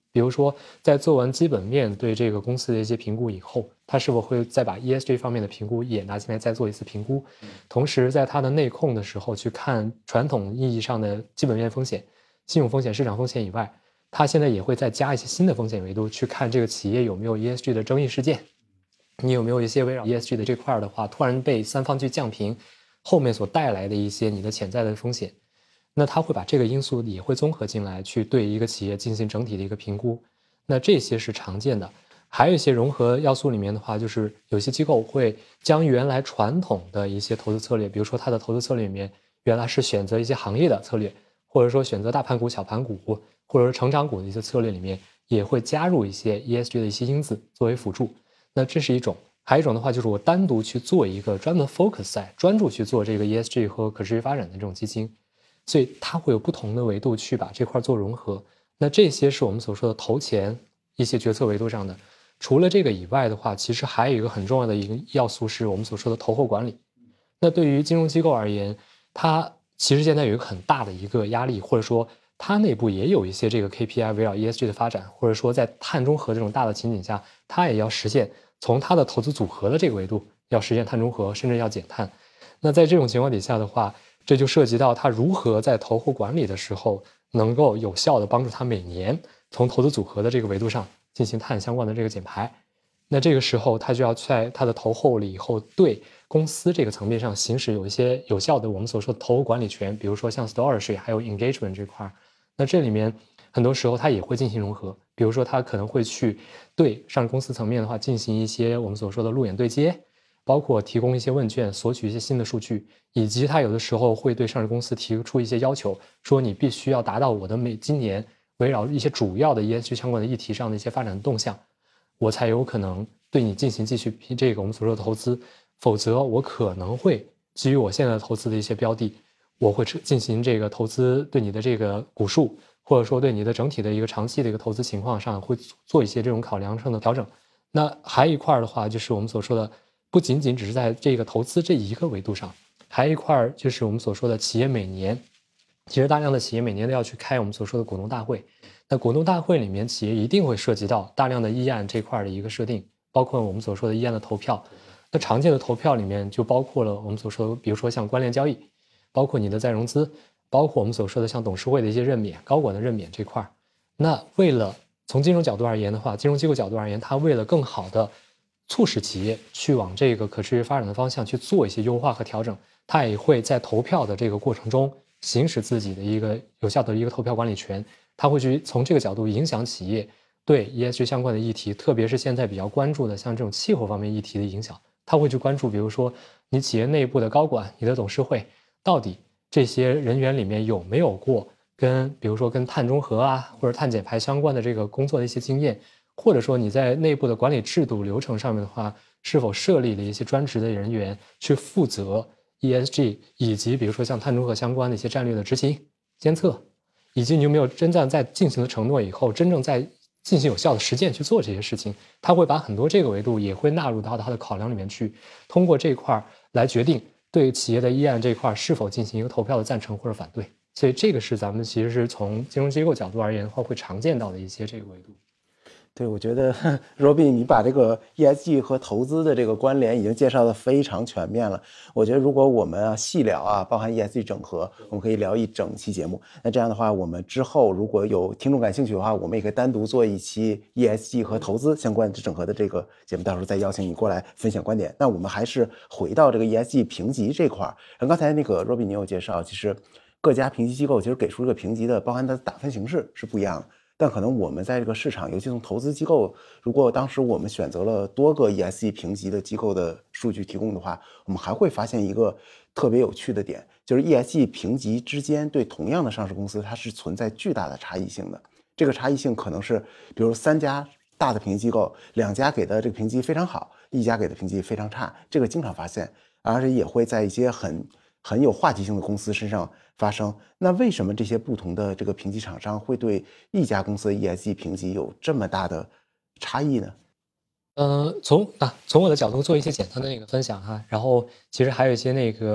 比如说，在做完基本面对这个公司的一些评估以后，它是否会再把 ESG 方面的评估也拿进来再做一次评估？同时，在它的内控的时候去看传统意义上的基本面风险、信用风险、市场风险以外，它现在也会再加一些新的风险维度，去看这个企业有没有 ESG 的争议事件，你有没有一些围绕 ESG 的这块的话，突然被三方去降评，后面所带来的一些你的潜在的风险。那他会把这个因素也会综合进来，去对一个企业进行整体的一个评估。那这些是常见的。还有一些融合要素里面的话，就是有些机构会将原来传统的一些投资策略，比如说它的投资策略里面原来是选择一些行业的策略，或者说选择大盘股、小盘股，或者是成长股的一些策略里面，也会加入一些 ESG 的一些因子作为辅助。那这是一种。还有一种的话，就是我单独去做一个专门 focus 在专注去做这个 ESG 和可持续发展的这种基金。所以它会有不同的维度去把这块做融合。那这些是我们所说的投前一些决策维度上的。除了这个以外的话，其实还有一个很重要的一个要素是我们所说的投后管理。那对于金融机构而言，它其实现在有一个很大的一个压力，或者说它内部也有一些这个 KPI 围绕 ESG 的发展，或者说在碳中和这种大的情景下，它也要实现从它的投资组合的这个维度要实现碳中和，甚至要减碳。那在这种情况底下的话，这就涉及到他如何在投后管理的时候能够有效的帮助他每年从投资组合的这个维度上进行碳相关的这个减排。那这个时候他就要在他的投后了以后，对公司这个层面上行使有一些有效的我们所说的投后管理权，比如说像 stewardship 还有 engagement 这块。那这里面很多时候他也会进行融合，比如说他可能会去对上市公司层面的话进行一些我们所说的路演对接，包括提供一些问卷，索取一些新的数据，以及他有的时候会对上市公司提出一些要求，说你必须要达到我的今年围绕一些主要的 ESG 相关的议题上的一些发展动向，我才有可能对你进行继续这个我们所说的投资，否则我可能会基于我现在投资的一些标的，我会进行这个投资对你的这个股数，或者说对你的整体的一个长期的一个投资情况上会做一些这种考量上的调整。那还有一块的话，就是我们所说的不仅仅只是在这个投资这一个维度上，还有一块就是我们所说的企业每年，其实大量的企业每年都要去开我们所说的股东大会。那股东大会里面，企业一定会涉及到大量的议案这块的一个设定，包括我们所说的议案的投票。那常见的投票里面就包括了我们所说的，比如说像关联交易，包括你的再融资，包括我们所说的像董事会的一些任免、高管的任免这块。那为了从金融角度而言的话，金融机构角度而言，它为了更好的促使企业去往这个可持续发展的方向去做一些优化和调整，它也会在投票的这个过程中行使自己的一个有效的一个投票管理权，它会去从这个角度影响企业对 ESG 相关的议题，特别是现在比较关注的像这种气候方面议题的影响，它会去关注，比如说你企业内部的高管、你的董事会，到底这些人员里面有没有过比如说跟碳中和啊或者碳减排相关的这个工作的一些经验，或者说你在内部的管理制度流程上面的话，是否设立了一些专职的人员去负责 ESG 以及比如说像碳中和相关的一些战略的执行、监测，以及你有没有真正在进行了承诺以后，真正在进行有效的实践去做这些事情，他会把很多这个维度也会纳入到他的考量里面去，通过这块来决定对企业的议案这块是否进行一个投票的赞成或者反对。所以这个是咱们其实是从金融机构角度而言的话会常见到的一些这个维度。 对，我觉得 Robin 你把这个 ESG 和投资的这个关联已经介绍的非常全面了。我觉得如果我们细聊包含 ESG 整合，我们可以聊一整期节目。那这样的话，我们之后如果有听众感兴趣的话，我们也可以单独做一期 ESG 和投资相关的整合的这个节目，到时候再邀请你过来分享观点。那我们还是回到这个 ESG 评级这块。刚才那个 Robin 你有介绍，其实各家评级机构其实给出这个评级的，包含它的打分形式是不一样的。但可能我们在这个市场，尤其从投资机构，如果当时我们选择了多个 ESG 评级的机构的数据提供的话，我们还会发现一个特别有趣的点，就是 ESG 评级之间对同样的上市公司，它是存在巨大的差异性的。这个差异性可能是，比如3家大的评级机构，2家给的这个评级非常好，1家给的评级非常差，这个经常发现，而且也会在一些很有话题性的公司身上发生。那为什么这些不同的这个评级厂商会对一家公司的 ESG 评级有这么大的差异呢？ 从我的角度做一些简单的那个分享哈，然后其实还有一些那个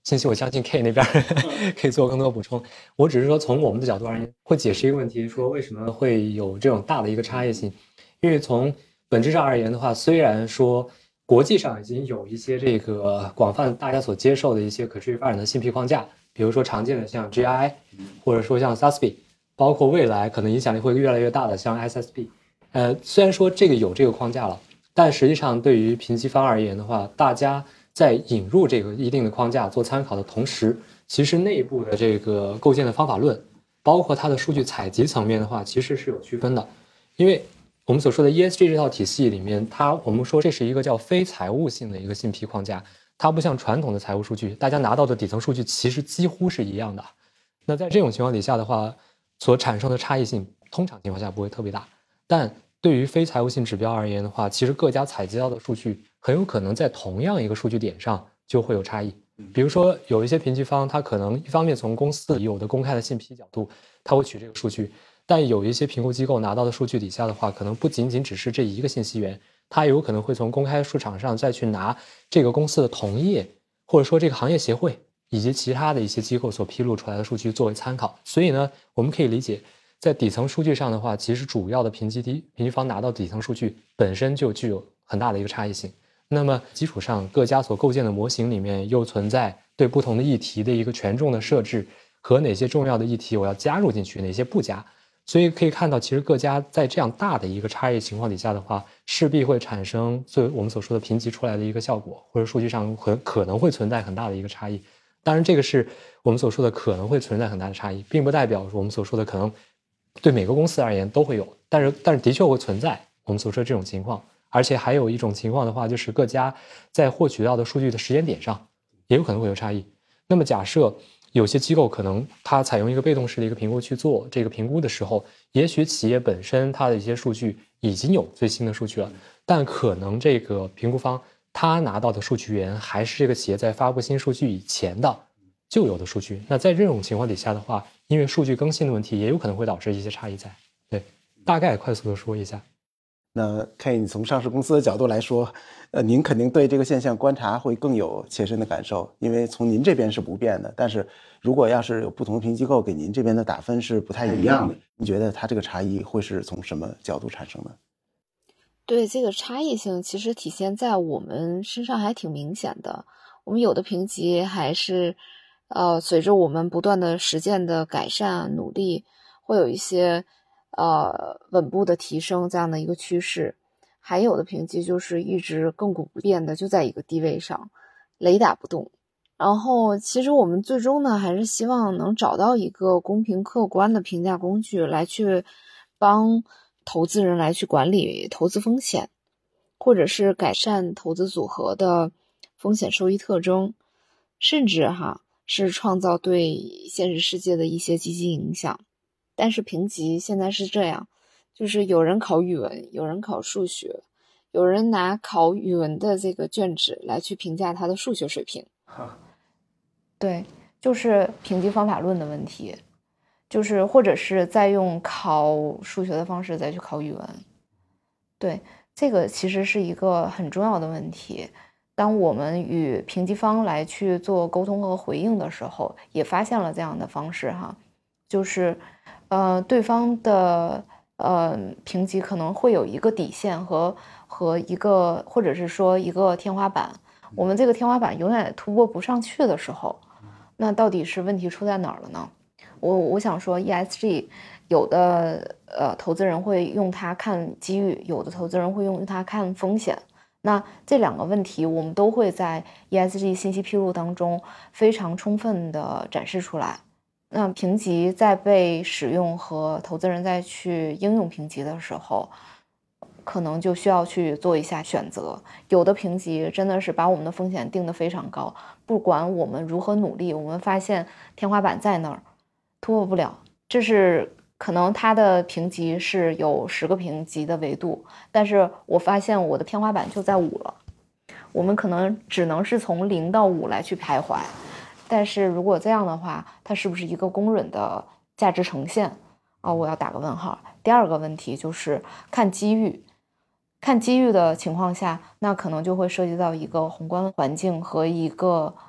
信息我相信 K 那边可以做更多补充。我只是说从我们的角度而言，会解释一个问题，说为什么会有这种大的一个差异性。因为从本质上而言的话，虽然说国际上已经有一些这个广泛大家所接受的一些可持续发展的信息框架，比如说常见的像 GRI， 或者说像 SASB， 包括未来可能影响力会越来越大的像 SSB。虽然说这个有这个框架了，但实际上对于评级方而言的话，大家在引入这个一定的框架做参考的同时，其实内部的这个构建的方法论，包括它的数据采集层面的话，其实是有区分的。因为我们所说的 ESG 这套体系里面，我们说这是一个叫非财务性的一个信息框架，它不像传统的财务数据，大家拿到的底层数据其实几乎是一样的。那在这种情况底下的话，所产生的差异性，通常情况下不会特别大。但对于非财务性指标而言的话，其实各家采集到的数据很有可能在同样一个数据点上就会有差异。比如说有一些评级方，他可能一方面从公司有的公开的信息角度，他会取这个数据，但有一些评估机构拿到的数据底下的话，可能不仅仅只是这一个信息源，他有可能会从公开市场上再去拿这个公司的同业，或者说这个行业协会以及其他的一些机构所披露出来的数据作为参考。所以呢，我们可以理解，在底层数据上的话，其实主要的评级方拿到底层数据本身就具有很大的一个差异性。那么基础上，各家所构建的模型里面又存在对不同的议题的一个权重的设置，和哪些重要的议题我要加入进去，哪些不加。所以可以看到，其实各家在这样大的一个差异情况底下的话，势必会产生我们所说的评级出来的一个效果，或者数据上可能会存在很大的一个差异。当然，这个是我们所说的可能会存在很大的差异，并不代表我们所说的可能对每个公司而言都会有，但是的确会存在我们所说的这种情况。而且还有一种情况的话，就是各家在获取到的数据的时间点上也有可能会有差异。那么假设有些机构可能它采用一个被动式的一个评估去做这个评估的时候，也许企业本身它的一些数据已经有最新的数据了，但可能这个评估方他拿到的数据源还是这个企业在发布新数据以前的旧有的数据。那在这种情况底下的话，因为数据更新的问题，也有可能会导致一些差异在。对，大概快速的说一下。 那 K， 你从上市公司的角度来说，您肯定对这个现象观察会更有切身的感受，因为从您这边是不变的，但是如果要是有不同的评级机构给您这边的打分是不太一样的，你觉得它这个差异会是从什么角度产生的？ 对，这个差异性其实体现在我们身上还挺明显的。我们有的评级还是随着我们不断的实践的改善努力，会有一些稳步的提升这样的一个趋势。还有的评级就是一直亘古不变的就在一个地位上雷打不动。然后其实我们最终呢还是希望能找到一个公平客观的评价工具来去帮投资人来去管理投资风险，或者是改善投资组合的风险收益特征，甚至是创造对现实世界的一些积极影响。但是评级现在是这样，就是有人考语文，有人考数学，有人拿考语文的这个卷纸来去评价他的数学水平。对，就是评级方法论的问题，就是或者是再用考数学的方式再去考语文。对，这个其实是一个很重要的问题。当我们与评级方来去做沟通和回应的时候，也发现了这样的方式就是对方的评级可能会有一个底线和一个或者是说一个天花板，我们这个天花板永远突破不上去的时候，那到底是问题出在哪儿了呢？我想说 ESG 有的投资人会用它看机遇，有的投资人会用它看风险。那这两个问题我们都会在 ESG 信息披露当中非常充分的展示出来。那评级在被使用和投资人在去应用评级的时候，可能就需要去做一下选择。有的评级真的是把我们的风险定得非常高，不管我们如何努力，我们发现天花板在那儿，突破不了。这是可能它的评级是有10个评级的维度，但是我发现我的天花板就在5了。我们可能只能是从0到5来去徘徊。但是如果这样的话，它是不是一个公允的价值呈现我要打个问号。第二个问题就是看机遇。看机遇的情况下，那可能就会涉及到一个宏观环境和一个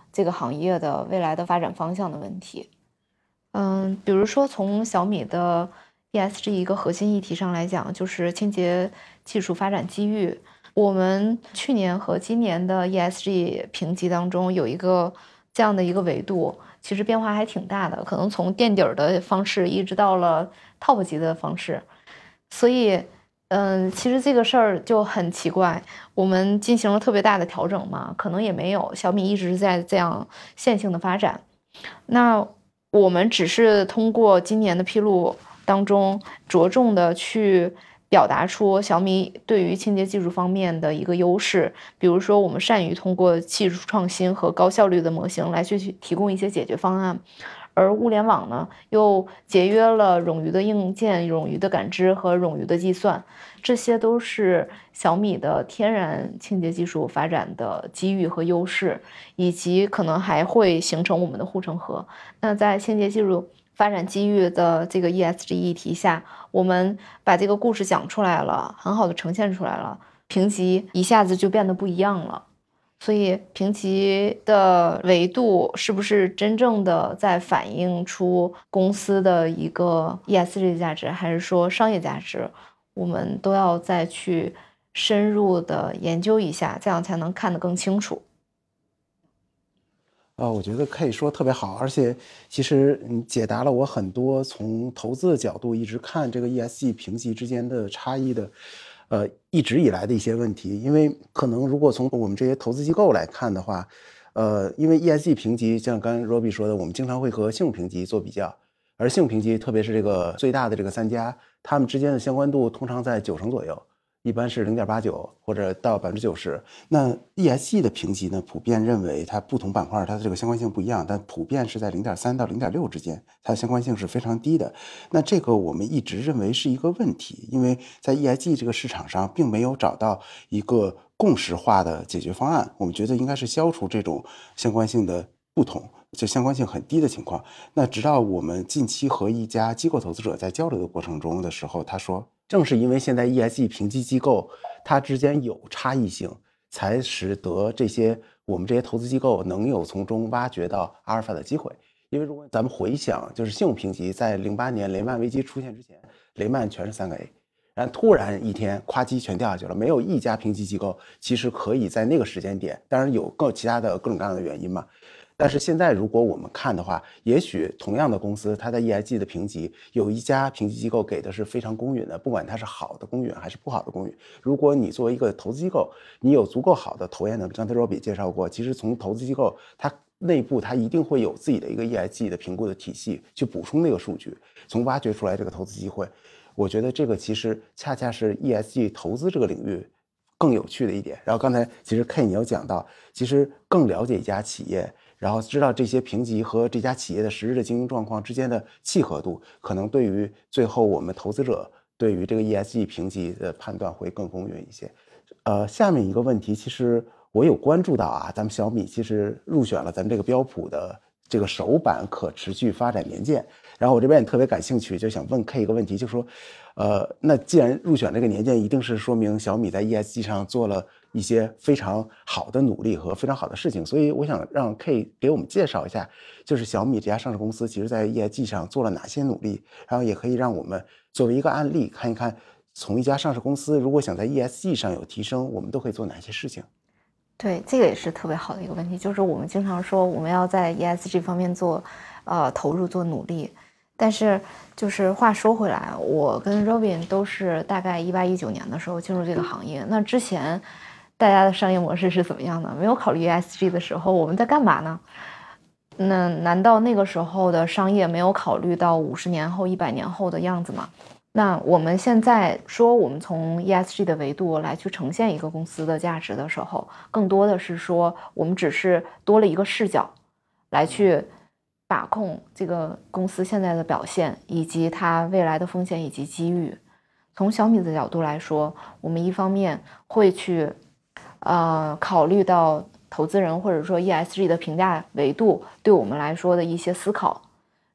这个行业的未来的发展方向的问题。比如说从小米的 ESG 一个核心议题上来讲，就是清洁技术发展机遇。我们去年和今年的 ESG 评级当中有一个这样的一个维度，其实变化还挺大的，可能从垫底儿的方式一直到了 top 级的方式。所以其实这个事儿就很奇怪，我们进行了特别大的调整嘛，可能也没有，小米一直在这样线性的发展。那我们只是通过今年的披露当中，着重的去表达出小米对于清洁技术方面的一个优势，比如说我们善于通过技术创新和高效率的模型来去提供一些解决方案。而物联网呢，又节约了冗余的硬件、冗余的感知和冗余的计算，这些都是小米的天然清洁技术发展的机遇和优势，以及可能还会形成我们的护城河。那在清洁技术发展机遇的这个 ESG 议题下，我们把这个故事讲出来了，很好的呈现出来了，评级一下子就变得不一样了。所以评级的维度是不是真正的在反映出公司的一个 ESG 价值，还是说商业价值，我们都要再去深入的研究一下，这样才能看得更清楚。 我觉得可以说特别好，而且其实解答了我很多从投资的角度一直看这个 ESG 评级之间的差异的，一直以来的一些问题。因为可能如果从我们这些投资机构来看的话，因为 ESG 评级像刚才 Robbie 说的，我们经常会和信用评级做比较，而信用评级特别是这个最大的这个3家，它们之间的相关度通常在90%左右。一般是0.89或者到90%。那 ESG 的评级呢，普遍认为它不同板块它的这个相关性不一样，但普遍是在0.3到0.6之间，它的相关性是非常低的。那这个我们一直认为是一个问题，因为在 ESG 这个市场上并没有找到一个共识化的解决方案。我们觉得应该是消除这种相关性的不同，就相关性很低的情况。那直到我们近期和一家机构投资者在交流的过程中的时候，他说正是因为现在 ESG 评级机构它之间有差异性，才使得我们这些投资机构能有从中挖掘到阿尔法的机会。因为如果咱们回想，就是信用评级在08年雷曼危机出现之前，雷曼全是3个 A， 然后突然一天夸叽全掉下去了，没有一家评级机构其实可以在那个时间点，当然有其他的各种各样的原因嘛。但是现在如果我们看的话，也许同样的公司，它在 ESG 的评级，有一家评级机构给的是非常公允的，不管它是好的公允还是不好的公允。如果你作为一个投资机构，你有足够好的投研能力，刚才 Robbie 介绍过，其实从投资机构它内部它一定会有自己的一个 ESG 的评估的体系去补充那个数据，从挖掘出来这个投资机会。我觉得这个其实恰恰是 ESG 投资这个领域更有趣的一点。然后刚才其实 K 你有讲到，其实更了解一家企业，然后知道这些评级和这家企业的实质的经营状况之间的契合度，可能对于最后我们投资者对于这个 ESG 评级的判断会更公允一些。下面一个问题，其实我有关注到啊，咱们小米其实入选了咱们这个标普的这个首版可持续发展年鉴，然后我这边也特别感兴趣，就想问 K 一个问题，就说，那既然入选这个年鉴，一定是说明小米在 ESG 上做了一些非常好的努力和非常好的事情，所以我想让 K 给我们介绍一下，就是小米这家上市公司其实在 ESG 上做了哪些努力，然后也可以让我们作为一个案例看一看，从一家上市公司如果想在 ESG 上有提升，我们都可以做哪些事情。 对，这个也是特别好的一个问题，就是我们经常说我们要在 ESG 方面做投入做努力，但是就是话说回来，我跟 Robin 都是大概18、19年的时候进入这个行业，那之前大家的商业模式是怎么样的？没有考虑 ESG 的时候，我们在干嘛呢？那难道那个时候的商业没有考虑到50年后、100年后的样子吗？那我们现在说我们从 ESG 的维度来去呈现一个公司的价值的时候，更多的是说我们只是多了一个视角来去把控这个公司现在的表现以及它未来的风险以及机遇。从小米的角度来说，我们一方面会去考虑到投资人或者说 ESG 的评价维度对我们来说的一些思考，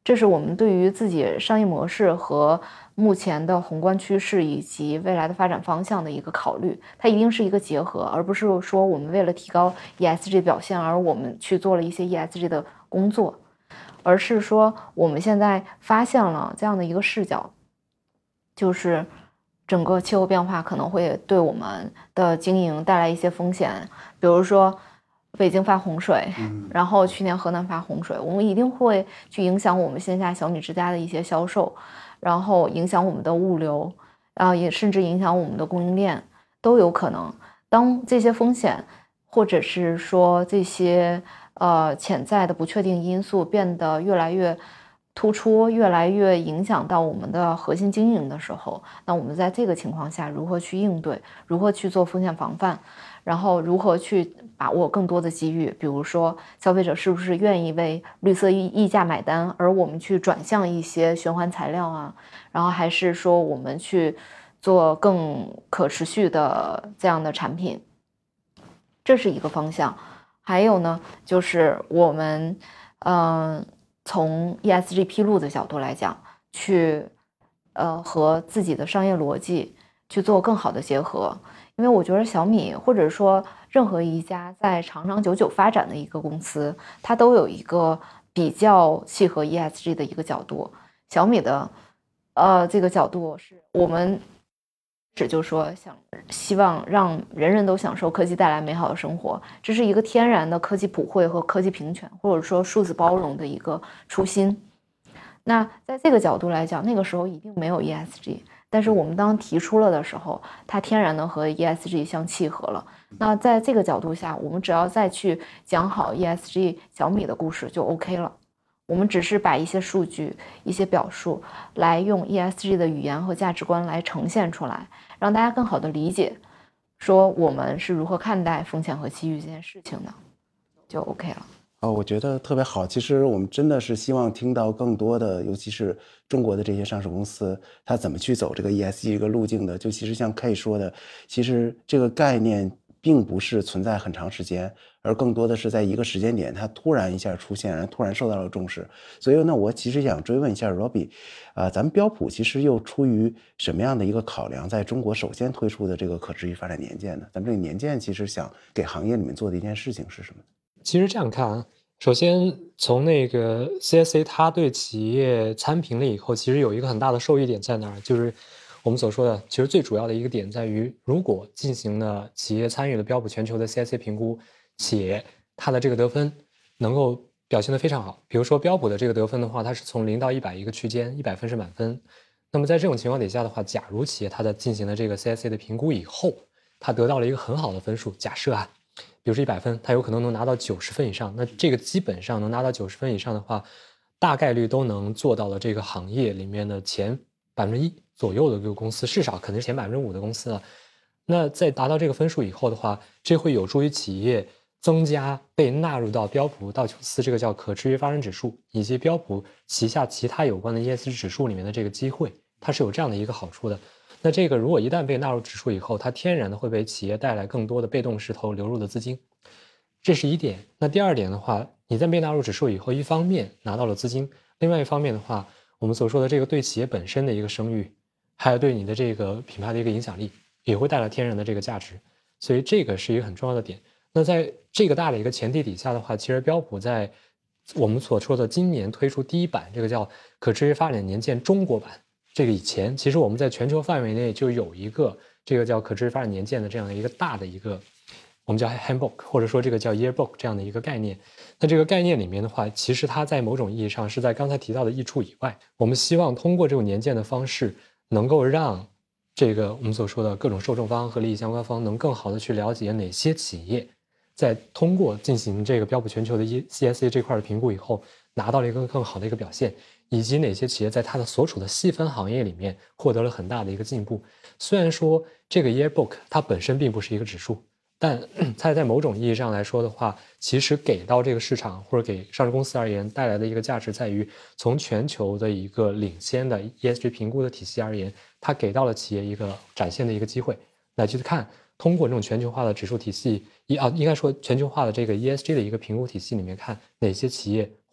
这是我们对于自己商业模式和目前的宏观趋势以及未来的发展方向的一个考虑，它一定是一个结合，而不是说我们为了提高 ESG 表现而我们去做了一些 ESG 的工作，而是说我们现在发现了这样的一个视角，就是整个气候变化可能会对我们的经营带来一些风险，比如说北京发洪水，然后去年河南发洪水，我们一定会去影响我们线下小米之家的一些销售，然后影响我们的物流，然后也甚至影响我们的供应链都有可能。当这些风险或者是说这些潜在的不确定因素变得越来越突出，越来越影响到我们的核心经营的时候，那我们在这个情况下如何去应对，如何去做风险防范，然后如何去把握更多的机遇，比如说消费者是不是愿意为绿色溢价买单，而我们去转向一些循环材料啊，然后还是说我们去做更可持续的这样的产品，这是一个方向。还有呢，就是我们从 ESG 披露的角度来讲，去和自己的商业逻辑去做更好的结合。因为我觉得小米或者说任何一家在长长久久发展的一个公司，它都有一个比较契合 ESG 的一个角度。小米的这个角度是我们就说希望让人人都享受科技带来美好的生活，这是一个天然的科技普惠和科技平权，或者说数字包容的一个初心。那在这个角度来讲，那个时候一定没有 ESG， 但是我们当提出了的时候，它天然的和 ESG 相契合了。那在这个角度下，我们只要再去讲好 ESG 小米的故事就 OK 了。我们只是把一些数据、一些表述来用 ESG 的语言和价值观来呈现出来，让大家更好的理解，说我们是如何看待风险和机遇这件事情的，就 OK 了。 我觉得特别好。其实我们真的是希望听到更多的，尤其是中国的这些上市公司，它怎么去走这个 ESG 这个路径的。就其实像 K 说的，其实这个概念并不是存在很长时间，而更多的是在一个时间点，它突然一下出现，然后突然受到了重视。所以呢，我其实想追问一下 Robbie，咱们标普其实又出于什么样的一个考量，在中国首先推出的这个可持续发展年鉴呢？咱们这个年鉴其实想给行业里面做的一件事情是什么？ 其实这样看啊，首先从那个 CSA 它对企业参评了以后，其实有一个很大的受益点在哪儿，就是我们所说的，其实最主要的一个点在于，如果进行了企业参与了标普全球的 CSA 评估，且它的这个得分能够表现得非常好，比如说标普的这个得分的话，它是从0到100一个区间，100分是满分。那么在这种情况底下的话，假如企业它在进行了这个 CSA 的评估以后，它得到了一个很好的分数，假设啊，比如说100分，它有可能能拿到90分以上，那这个基本上能拿到90分以上的话，大概率都能做到了这个行业里面的前1%左右的这个公司，至少肯定是前5%的公司了。那在达到这个分数以后的话，这会有助于企业增加被纳入到标普道琼斯这个叫可持续发展指数，以及标普旗下其他有关的 ESG 指数里面的这个机会，它是有这样的一个好处的。那这个如果一旦被纳入指数以后，它天然的会给企业带来更多的被动势头流入的资金，这是一点。那第二点的话，你在被纳入指数以后，一方面拿到了资金，另外一方面的话，我们所说的这个对企业本身的一个声誉，还有对你的这个品牌的一个影响力，也会带来天然的这个价值。所以这个是一个很重要的点。那在这个大的一个前提底下的话，其实标普在我们所说的今年推出第一版这个叫可持续发展年鉴中国版，这个以前其实我们在全球范围内就有一个这个叫可持续发展年鉴的这样的一个大的一个我们叫 handbook， 或者说这个叫 yearbook 这样的一个概念。那这个概念里面的话，其实它在某种意义上是在刚才提到的益处以外，我们希望通过这种年鉴的方式，能够让这个我们所说的各种受众方和利益相关方能更好的去了解哪些企业在通过进行这个标普全球的 CSA 这块的评估以后，拿到了一个更好的一个表现，以及哪些企业在它的所处的细分行业里面获得了很大的一个进步。虽然说这个 yearbook 它本身并不是一个指数，但它在某种意义上来说的话，其实给到这个市场或者给上市公司而言带来的一个价值在于，从全球的一个领先的 ESG 评估的体系而言，它给到了企业一个展现的一个机会，来去看通过这种全球化的指数体系，应该说全球化的这个 ESG 的一个评估体系里面看哪些企业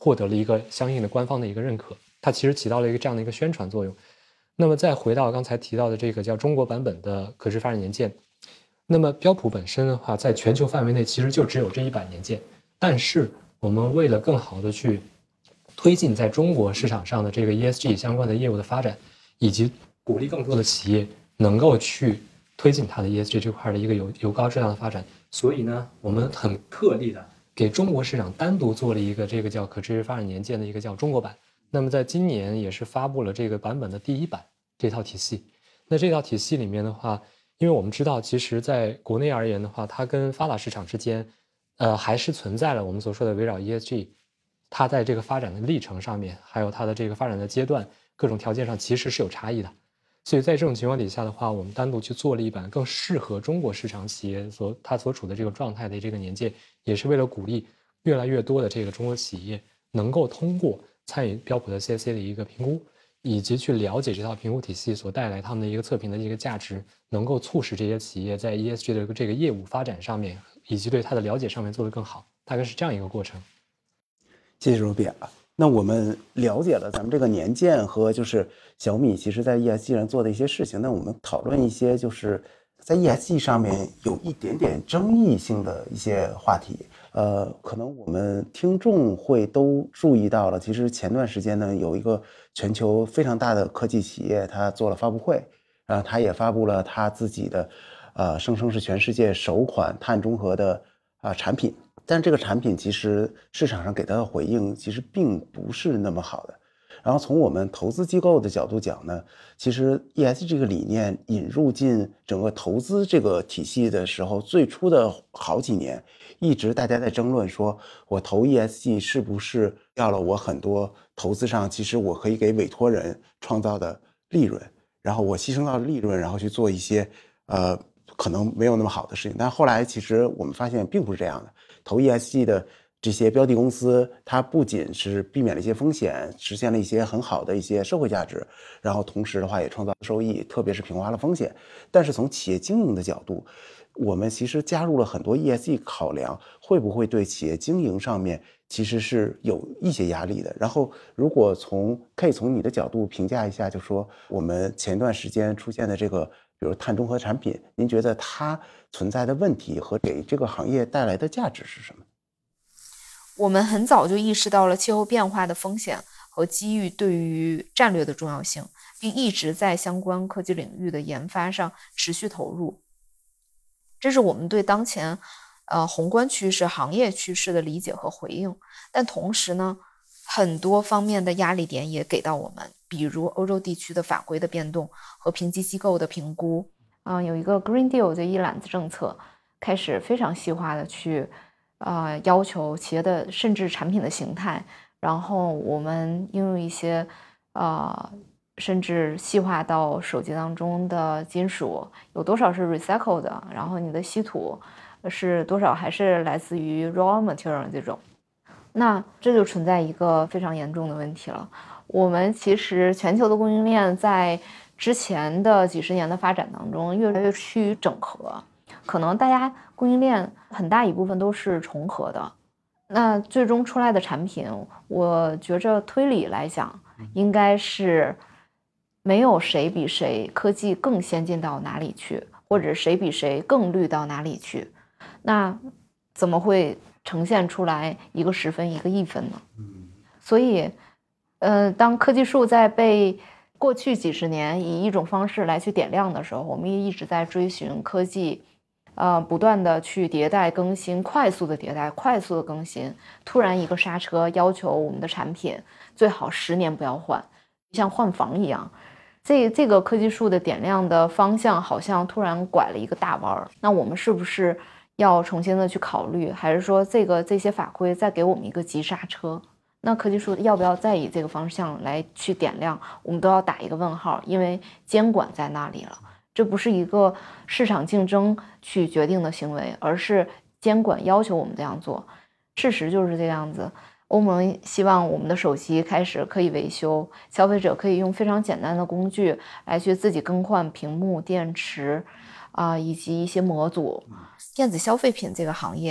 获得了一个相应的官方的一个认可，它其实起到了一个这样的一个宣传作用。那么再回到刚才提到的这个叫中国版本的可持续发展年鉴，那么标普本身的话，在全球范围内其实就只有这一版年鉴，但是我们为了更好的去推进在中国市场上的这个 ESG 相关的业务的发展，以及鼓励更多的企业能够去推进它的 ESG 这块的一个有高质量的发展，所以呢，我们很特例的给中国市场单独做了一个这个叫可持续发展年鉴的一个叫中国版。那么在今年也是发布了这个版本的第1版这套体系。那这套体系里面的话，因为我们知道，其实在国内而言的话，它跟发达市场之间，还是存在了我们所说的围绕 ESG， 它在这个发展的历程上面，还有它的这个发展的阶段，各种条件上其实是有差异的。所以在这种情况底下的话，我们单独去做了一版更适合中国市场企业它所处的这个状态的这个年鉴，也是为了鼓励越来越多的这个中国企业能够通过参与标普的 CSA 的一个评估，以及去了解这套评估体系所带来他们的一个测评的一个价值，能够促使这些企业在 ESG 的这个业务发展上面，以及对它的了解上面做得更好，大概是这样一个过程。 谢谢周比啊。那我们了解了咱们这个年鉴和就是小米其实在 ESG 上做的一些事情，那我们讨论一些就是在 ESG 上面有一点点争议性的一些话题。可能我们听众会都注意到了，其实前段时间呢，有一个全球非常大的科技企业，它做了发布会，它也发布了它自己的声称是全世界首款碳中和的产品。但这个产品其实市场上给它的回应其实并不是那么好的。然后从我们投资机构的角度讲呢，其实 ESG 这个理念引入进整个投资这个体系的时候，最初的好几年一直大家在争论说，我投 ESG 是不是要了我很多投资上其实我可以给委托人创造的利润，然后我牺牲到利润，然后去做一些可能没有那么好的事情。但后来其实我们发现并不是这样的，投 ESG 的这些标的公司，它不仅是避免了一些风险，实现了一些很好的一些社会价值，然后同时的话也创造收益，特别是平滑了风险。但是从企业经营的角度，我们其实加入了很多 ESG 考量，会不会对企业经营上面其实是有一些压力的？然后如果可以从你的角度评价一下，就说我们前段时间出现的这个比如碳中和产品，您觉得它存在的问题和给这个行业带来的价值是什么？ 我们很早就意识到了气候变化的风险和机遇对于战略的重要性，并一直在相关科技领域的研发上持续投入。这是我们对当前宏观趋势、行业趋势的理解和回应。但同时呢，很多方面的压力点也给到我们，比如欧洲地区的法规的变动和评级机构的评估。有一个 Green Deal 的一揽子政策，开始非常细化的去要求企业的甚至产品的形态，然后我们应用一些甚至细化到手机当中的金属有多少是 recycle 的，然后你的稀土是多少还是来自于 raw material 这种。那这就存在一个非常严重的问题了。我们其实全球的供应链在之前的几十年的发展当中越来越趋于整合，可能大家供应链很大一部分都是重合的，那最终出来的产品，我觉着推理来讲应该是没有谁比谁科技更先进到哪里去，或者谁比谁更绿到哪里去，那怎么会呈现出来一个10分一个1分呢？所以当科技树在被过去几十年以一种方式来去点亮的时候，我们也一直在追寻科技不断的去迭代更新，快速的迭代，快速的更新，突然一个刹车，要求我们的产品最好10年不要换，像换房一样。这个科技树的点亮的方向好像突然拐了一个大弯，那我们是不是要重新的去考虑，还是说这些法规再给我们一个急刹车？那科技树要不要再以这个方向来去点亮，我们都要打一个问号，因为监管在那里了，这不是一个市场竞争去决定的行为，而是监管要求我们这样做。事实就是这样子，欧盟希望我们的手机开始可以维修，消费者可以用非常简单的工具来去自己更换屏幕、电池以及一些模组。电子消费品这个行业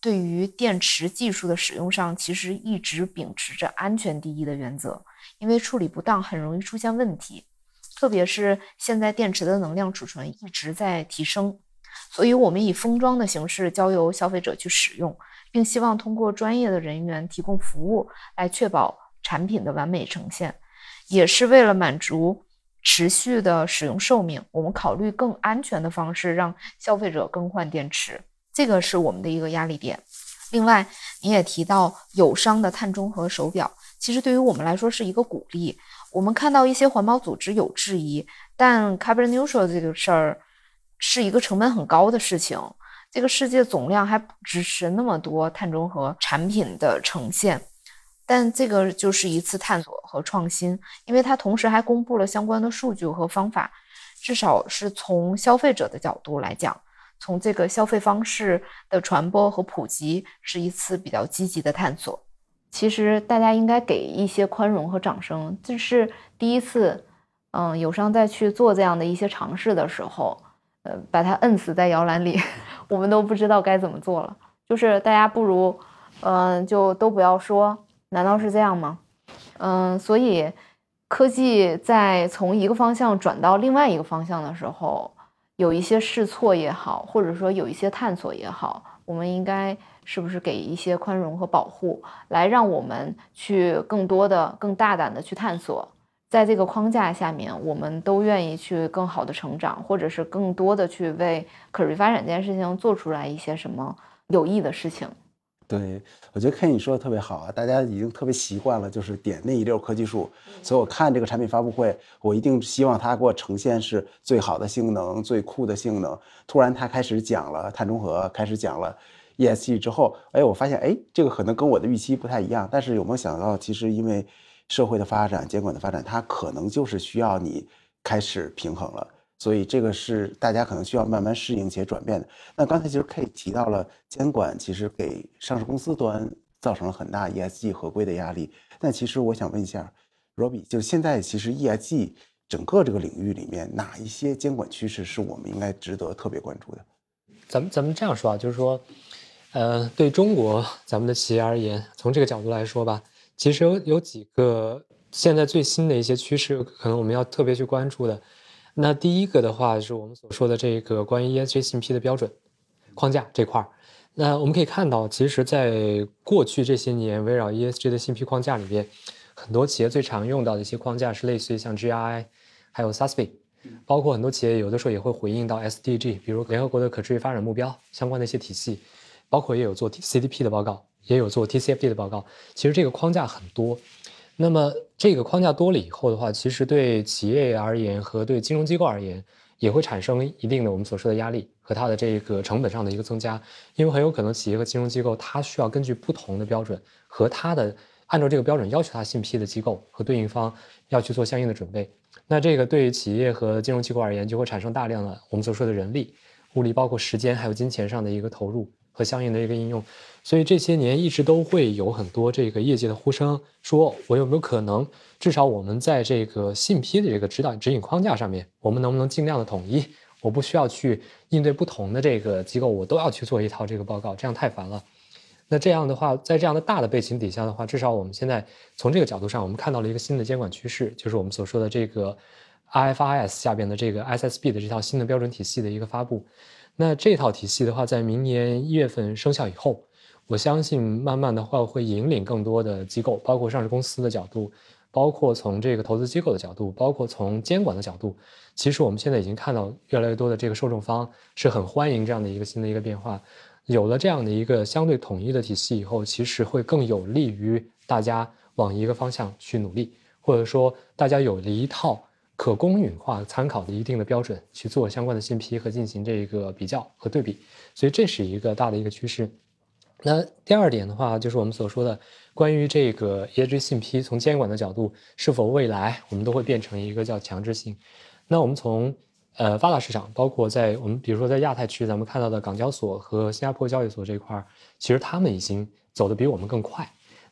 对于电池技术的使用上，其实一直秉持着安全第一的原则，因为处理不当很容易出现问题。特别是现在电池的能量储存一直在提升，所以我们以封装的形式交由消费者去使用，并希望通过专业的人员提供服务来确保产品的完美呈现。也是为了满足持续的使用寿命，我们考虑更安全的方式让消费者更换电池，这个是我们的一个压力点。另外，你也提到友商的碳中和手表，其实对于我们来说是一个鼓励。我们看到一些环保组织有质疑，但 carbon neutral 这个事儿是一个成本很高的事情，这个世界总量还不支持那么多碳中和产品的呈现。但这个就是一次探索和创新，因为它同时还公布了相关的数据和方法，至少是从消费者的角度来讲，从这个消费方式的传播和普及是一次比较积极的探索。其实大家应该给一些宽容和掌声，这是第一次，友商在去做这样的一些尝试的时候，把它摁死在摇篮里，我们都不知道该怎么做了。就是大家不如，就都不要说，难道是这样吗？所以科技在从一个方向转到另外一个方向的时候，有一些试错也好，或者说有一些探索也好，我们应该是不是给一些宽容和保护，来让我们去更多的、更大胆的去探索。在这个框架下面，我们都愿意去更好的成长，或者是更多的去为可持续发展这件事情做出来一些什么有益的事情。 对，我觉得 Ken 你说的特别好啊，大家已经特别习惯了，就是点那一溜科技树，所以我看这个产品发布会，我一定希望它给我呈现是最好的性能、最酷的性能。突然他开始讲了碳中和，开始讲了 ESG 之后，哎，我发现哎，这个可能跟我的预期不太一样。但是有没有想到，其实因为社会的发展、监管的发展，它可能就是需要你开始平衡了。所以这个是大家可能需要慢慢适应且转变的。那刚才其实 K 提到了监管，其实给上市公司端造成了很大 ESG 合规的压力。但其实我想问一下 Robbie， 就是现在其实 ESG 整个这个领域里面，哪一些监管趋势是我们应该值得特别关注的？ 咱们这样说啊，就是说，对中国咱们的企业而言，从这个角度来说吧，其实有几个现在最新的一些趋势，可能我们要特别去关注的。那第一个的话是我们所说的这个关于 ESG 信息的标准框架这块儿。那我们可以看到，其实在过去这些年，围绕 ESG 的信息框架里边，很多企业最常用到的一些框架是类似于像 GRI， 还有 SASB， 包括很多企业有的时候也会回应到 SDG， 比如联合国的可持续发展目标相关的一些体系，包括也有做 CDP 的报告，也有做 TCFD 的报告。其实这个框架很多。那么这个框架多了以后的话，其实对企业而言和对金融机构而言，也会产生一定的我们所说的压力和它的这个成本上的一个增加，因为很有可能企业和金融机构它需要根据不同的标准和它的按照这个标准要求它信批的机构和对应方要去做相应的准备。那这个对于企业和金融机构而言，就会产生大量的我们所说的人力、物力，包括时间还有金钱上的一个投入和相应的一个应用。所以这些年一直都会有很多这个业界的呼声，说我有没有可能，至少我们在这个信批的这个指引框架上面，我们能不能尽量的统一？我不需要去应对不同的这个机构，我都要去做一套这个报告，这样太烦了。那这样的话，在这样的大的背景底下的话，至少我们现在从这个角度上，我们看到了一个新的监管趋势，就是我们所说的这个 IFRS 下边的这个 SSB 的这套新的标准体系的一个发布。那这套体系的话，在明年1月份生效以后，我相信慢慢的话会引领更多的机构，包括上市公司的角度，包括从这个投资机构的角度，包括从监管的角度，其实我们现在已经看到越来越多的这个受众方是很欢迎这样的一个新的一个变化。有了这样的一个相对统一的体系以后，其实会更有利于大家往一个方向去努力，或者说大家有了一套可公允化参考的一定的标准去做相关的信批和进行这个比较和对比，所以这是一个大的一个趋势。那第二点的话，就是我们所说的关于这个 ESG 信批从监管的角度，是否未来我们都会变成一个叫强制性？那我们从发达市场，包括在我们比如说在亚太区，咱们看到的港交所和新加坡交易所这一块，其实他们已经走得比我们更快。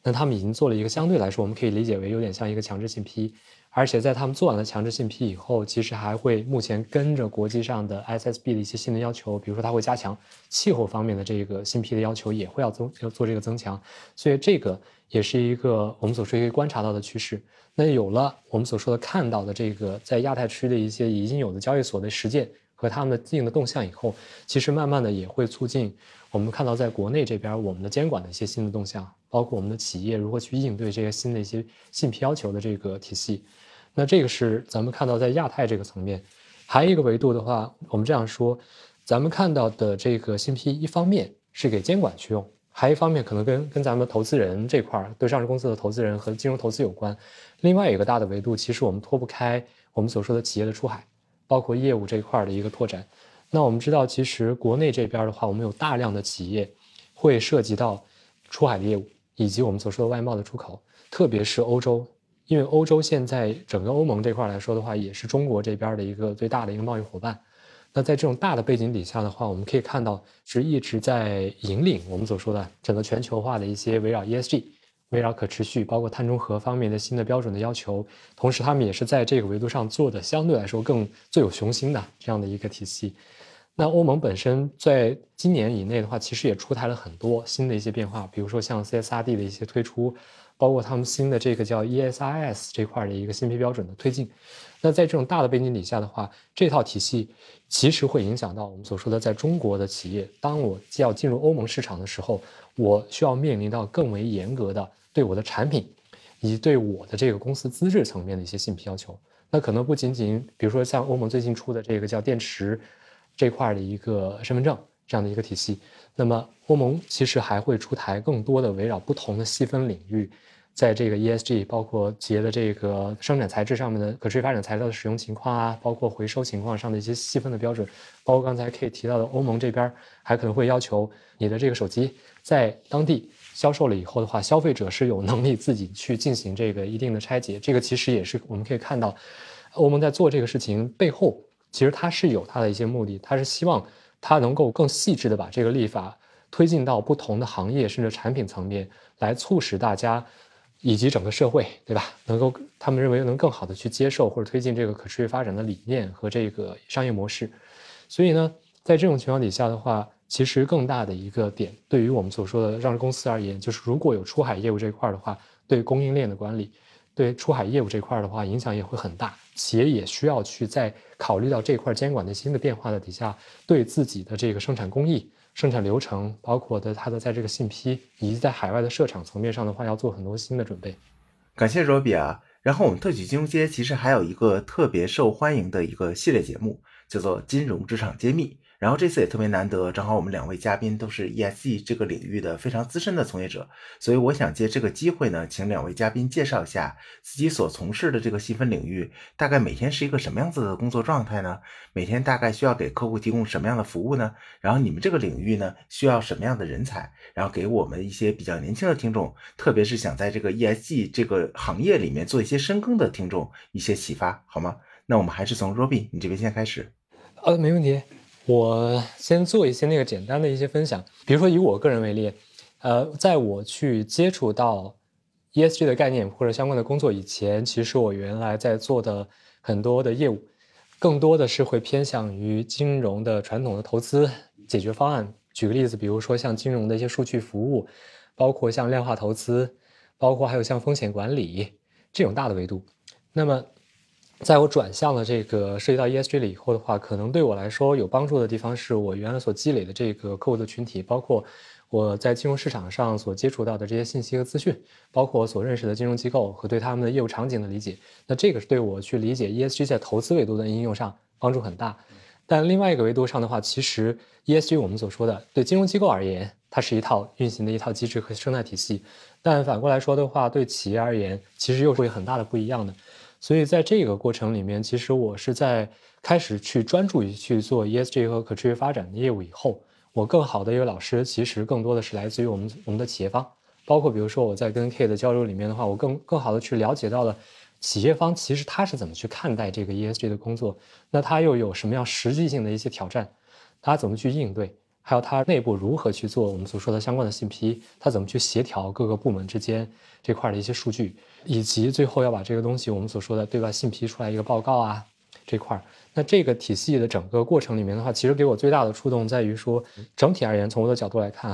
那他们已经做了一个相对来说我们可以理解为有点像一个强制性批，而且在他们做完了强制性批以后，其实还会目前跟着国际上的 ISSB 的一些新的要求，比如说它会加强气候方面的这个性批的要求，也会要做这个增强，所以这个也是一个我们所说可以观察到的趋势。那有了我们所说的看到的这个在亚太区的一些已经有的交易所的实践和他们的既定的动向以后，其实慢慢的也会促进我们看到在国内这边我们的监管的一些新的动向，包括我们的企业如何去应对这些新的一些信批要求的这个体系。那这个是咱们看到在亚太这个层面。还有一个维度的话，我们这样说，咱们看到的这个信批一方面是给监管去用，还一方面可能跟咱们投资人这块对上市公司的投资人和金融投资有关。另外一个大的维度，其实我们脱不开我们所说的企业的出海，包括业务这块的一个拓展。那我们知道，其实国内这边的话，我们有大量的企业会涉及到出海的业务，以及我们所说的外贸的出口，特别是欧洲。因为欧洲现在整个欧盟这块来说的话，也是中国这边的一个最大的一个贸易伙伴。那在这种大的背景底下的话，我们可以看到是一直在引领我们所说的整个全球化的一些围绕 ESG、围绕可持续，包括碳中和方面的新的标准的要求。同时，他们也是在这个维度上做的相对来说更最有雄心的这样的一个体系。那欧盟本身在今年以内的话，其实也出台了很多新的一些变化，比如说像 CSRD 的一些推出，包括他们新的这个叫 ESRS 这块的一个信批标准的推进。那在这种大的背景底下的话，这套体系其实会影响到我们所说的在中国的企业，当我要进入欧盟市场的时候，我需要面临到更为严格的对我的产品以及对我的这个公司资质层面的一些信批要求。那可能不仅仅比如说像欧盟最近出的这个叫电池这块的一个身份证这样的一个体系，那么欧盟其实还会出台更多的围绕不同的细分领域，在这个 ESG 包括企业的这个生产材质上面的可持续发展材料的使用情况啊，包括回收情况上的一些细分的标准，包括刚才可以提到的欧盟这边还可能会要求你的这个手机在当地销售了以后的话，消费者是有能力自己去进行这个一定的拆解。这个其实也是我们可以看到欧盟在做这个事情背后，其实它是有它的一些目的，它是希望它能够更细致的把这个立法推进到不同的行业甚至产品层面，来促使大家以及整个社会，对吧？能够他们认为能更好的去接受或者推进这个可持续发展的理念和这个商业模式。所以呢，在这种情况底下的话，其实更大的一个点，对于我们所说的上市公司而言，就是如果有出海业务这块的话，对供应链的管理，对出海业务这块的话，影响也会很大。企业也需要去在考虑到这块监管的新的变化的底下，对自己的这个生产工艺、生产流程，包括它的在这个信批以及在海外的设厂层面上的话，要做很多新的准备。 感谢罗比啊。然后我们特许金融街其实还有一个特别受欢迎的一个系列节目，叫做金融职场揭秘。然后这次也特别难得，正好我们两位嘉宾都是 ESG 这个领域的非常资深的从业者，所以我想借这个机会呢，请两位嘉宾介绍一下自己所从事的这个细分领域，大概每天是一个什么样子的工作状态呢？每天大概需要给客户提供什么样的服务呢？然后你们这个领域呢，需要什么样的人才？然后给我们一些比较年轻的听众，特别是想在这个 ESG 这个行业里面做一些深耕的听众一些启发，好吗？那我们还是从 Robin 你这边先开始。 没问题。我先做一些那个简单的一些分享，比如说以我个人为例，在我去接触到 ESG 的概念或者相关的工作以前，其实我原来在做的很多的业务，更多的是会偏向于金融的传统的投资解决方案。举个例子，比如说像金融的一些数据服务，包括像量化投资，包括还有像风险管理这种大的维度。那么在我转向了这个涉及到 ESG 了以后的话，可能对我来说有帮助的地方是我原来所积累的这个客户的群体，包括我在金融市场上所接触到的这些信息和资讯，包括我所认识的金融机构和对他们的业务场景的理解。那这个是对我去理解 ESG 在投资维度的应用上帮助很大。但另外一个维度上的话，其实 ESG 我们所说的对金融机构而言，它是一套运行的一套机制和生态体系，但反过来说的话，对企业而言，其实又是会很大的不一样的。所以在这个过程里面，其实我是在开始去专注于去做 ESG 和可持续发展的业务以后，我更好的一个老师其实更多的是来自于我们的企业方，包括比如说我在跟 K 的交流里面的话，我更好的去了解到了企业方其实他是怎么去看待这个 ESG 的工作，那他又有什么样实际性的一些挑战，他怎么去应对， 还有它内部如何去做我们所说的相关的信批，它怎么去协调各个部门之间这块的一些数据，以及最后要把这个东西我们所说的对吧信批出来一个报告啊这块。那这个体系的整个过程里面的话，其实给我最大的触动在于说，整体而言，从我的角度来看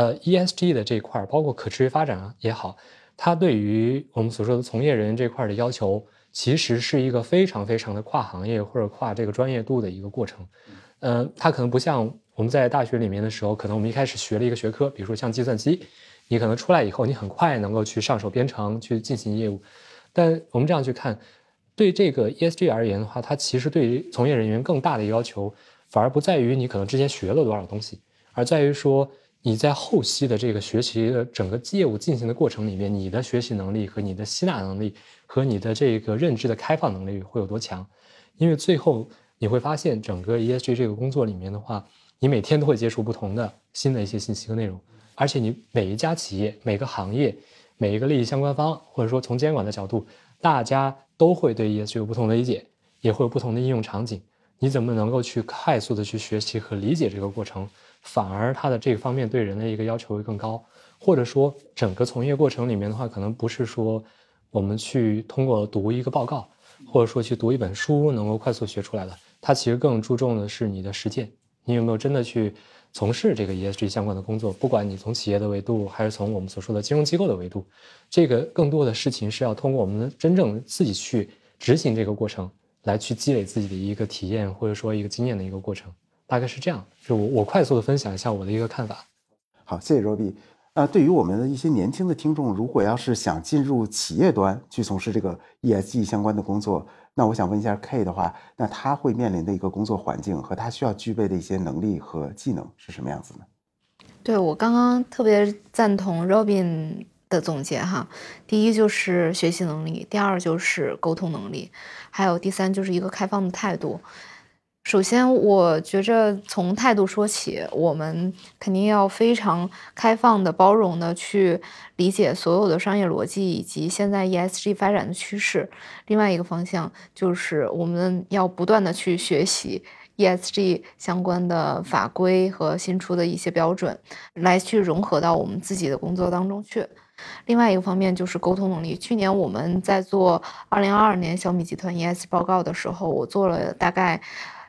，ESG 的这一块，包括可持续发展也好，它对于我们所说的从业人员这块的要求，其实是一个非常非常的跨行业或者跨这个专业度的一个过程。它可能不像我们在大学里面的时候，可能我们一开始学了一个学科，比如说像计算机，你可能出来以后，你很快能够去上手编程，去进行业务。但我们这样去看，对这个 ESG 而言的话，它其实对于从业人员更大的要求，反而不在于你可能之前学了多少东西，而在于说你在后期的这个学习的整个业务进行的过程里面，你的学习能力和你的吸纳能力和你的这个认知的开放能力会有多强。因为最后你会发现，整个 ESG 这个工作里面的话，你每天都会接触不同的新的一些信息和内容，而且你每一家企业、每个行业、每一个利益相关方，或者说从监管的角度，大家都会对 ESG 有不同的理解，也会有不同的应用场景。你怎么能够去快速的去学习和理解这个过程，反而它的这个方面对人的一个要求会更高。或者说整个从业过程里面的话，可能不是说我们去通过读一个报告，或者说去读一本书能够快速学出来的，它其实更注重的是你的实践，你有没有真的去从事这个 ESG 相关的工作，不管你从企业的维度还是从我们所说的金融机构的维度，这个更多的事情是要通过我们真正自己去执行这个过程，来去积累自己的一个体验或者说一个经验的一个过程，大概是这样。就我快速的分享一下我的一个看法。 好，谢谢 Robbie。对于我们的一些年轻的听众，如果要是想进入企业端去从事这个 ESG 相关的工作，那我想问一下 K 的话，那他会面临的一个工作环境和他需要具备的一些能力和技能是什么样子呢？ 对，我刚刚特别赞同 Robin 的总结哈。第一就是学习能力，第二就是沟通能力，还有第三就是一个开放的态度。首先，我觉着从态度说起，我们肯定要非常开放的、包容的去理解所有的商业逻辑以及现在 ESG 发展的趋势。另外一个方向就是我们要不断的去学习 ESG 相关的法规和新出的一些标准，来去融合到我们自己的工作当中去。另外一个方面就是沟通能力。去年我们在做2022年小米集团 ESG 报告的时候，我做了大概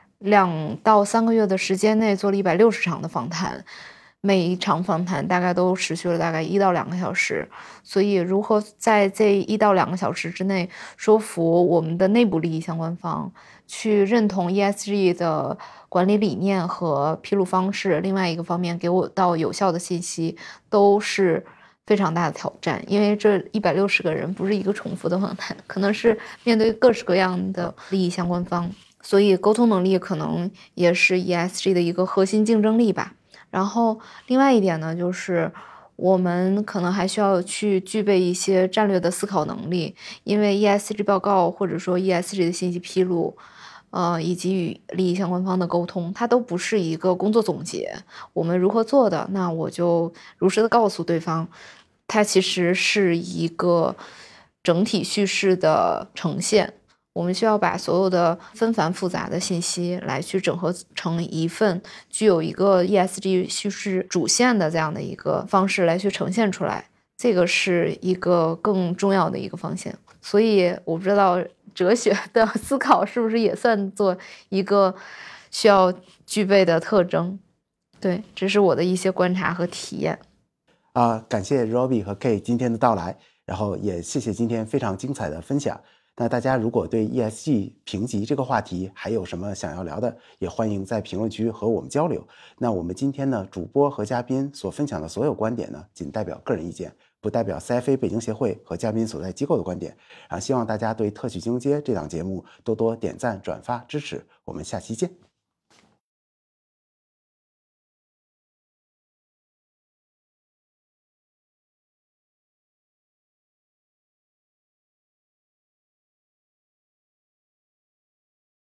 2到3个月的时间内做了160场的访谈，每一场访谈大概都持续了大概1到2个小时。所以如何在这1到2个小时之内说服我们的内部利益相关方去认同 ESG 的管理理念和披露方式，另外一个方面给我到有效的信息，都是非常大的挑战。因为这160个人不是一个重复的访谈，可能是面对各式各样的利益相关方，所以沟通能力可能也是 ESG 的一个核心竞争力吧。然后另外一点呢，就是我们可能还需要去具备一些战略的思考能力，因为 ESG 报告或者说 ESG 的信息披露，以及与利益相关方的沟通，它都不是一个工作总结，我们如何做的，那我就如实的告诉对方，它其实是一个整体叙事的呈现。我们需要把所有的纷繁复杂的信息来去整合成一份具有一个 ESG 叙事主线的这样的一个方式来去呈现出来，这个是一个更重要的一个方向。所以我不知道哲学的思考是不是也算作一个需要具备的特征。对，这是我的一些观察和体验。 感谢 Robbie 和 K 今天的到来，然后也谢谢今天非常精彩的分享。那大家如果对 ESG 评级这个话题还有什么想要聊的，也欢迎在评论区和我们交流。那我们今天呢，主播和嘉宾所分享的所有观点呢，仅代表个人意见，不代表 CFA 北京协会和嘉宾所在机构的观点。希望大家对特许金融街这档节目多多点赞、转发、支持。我们下期见。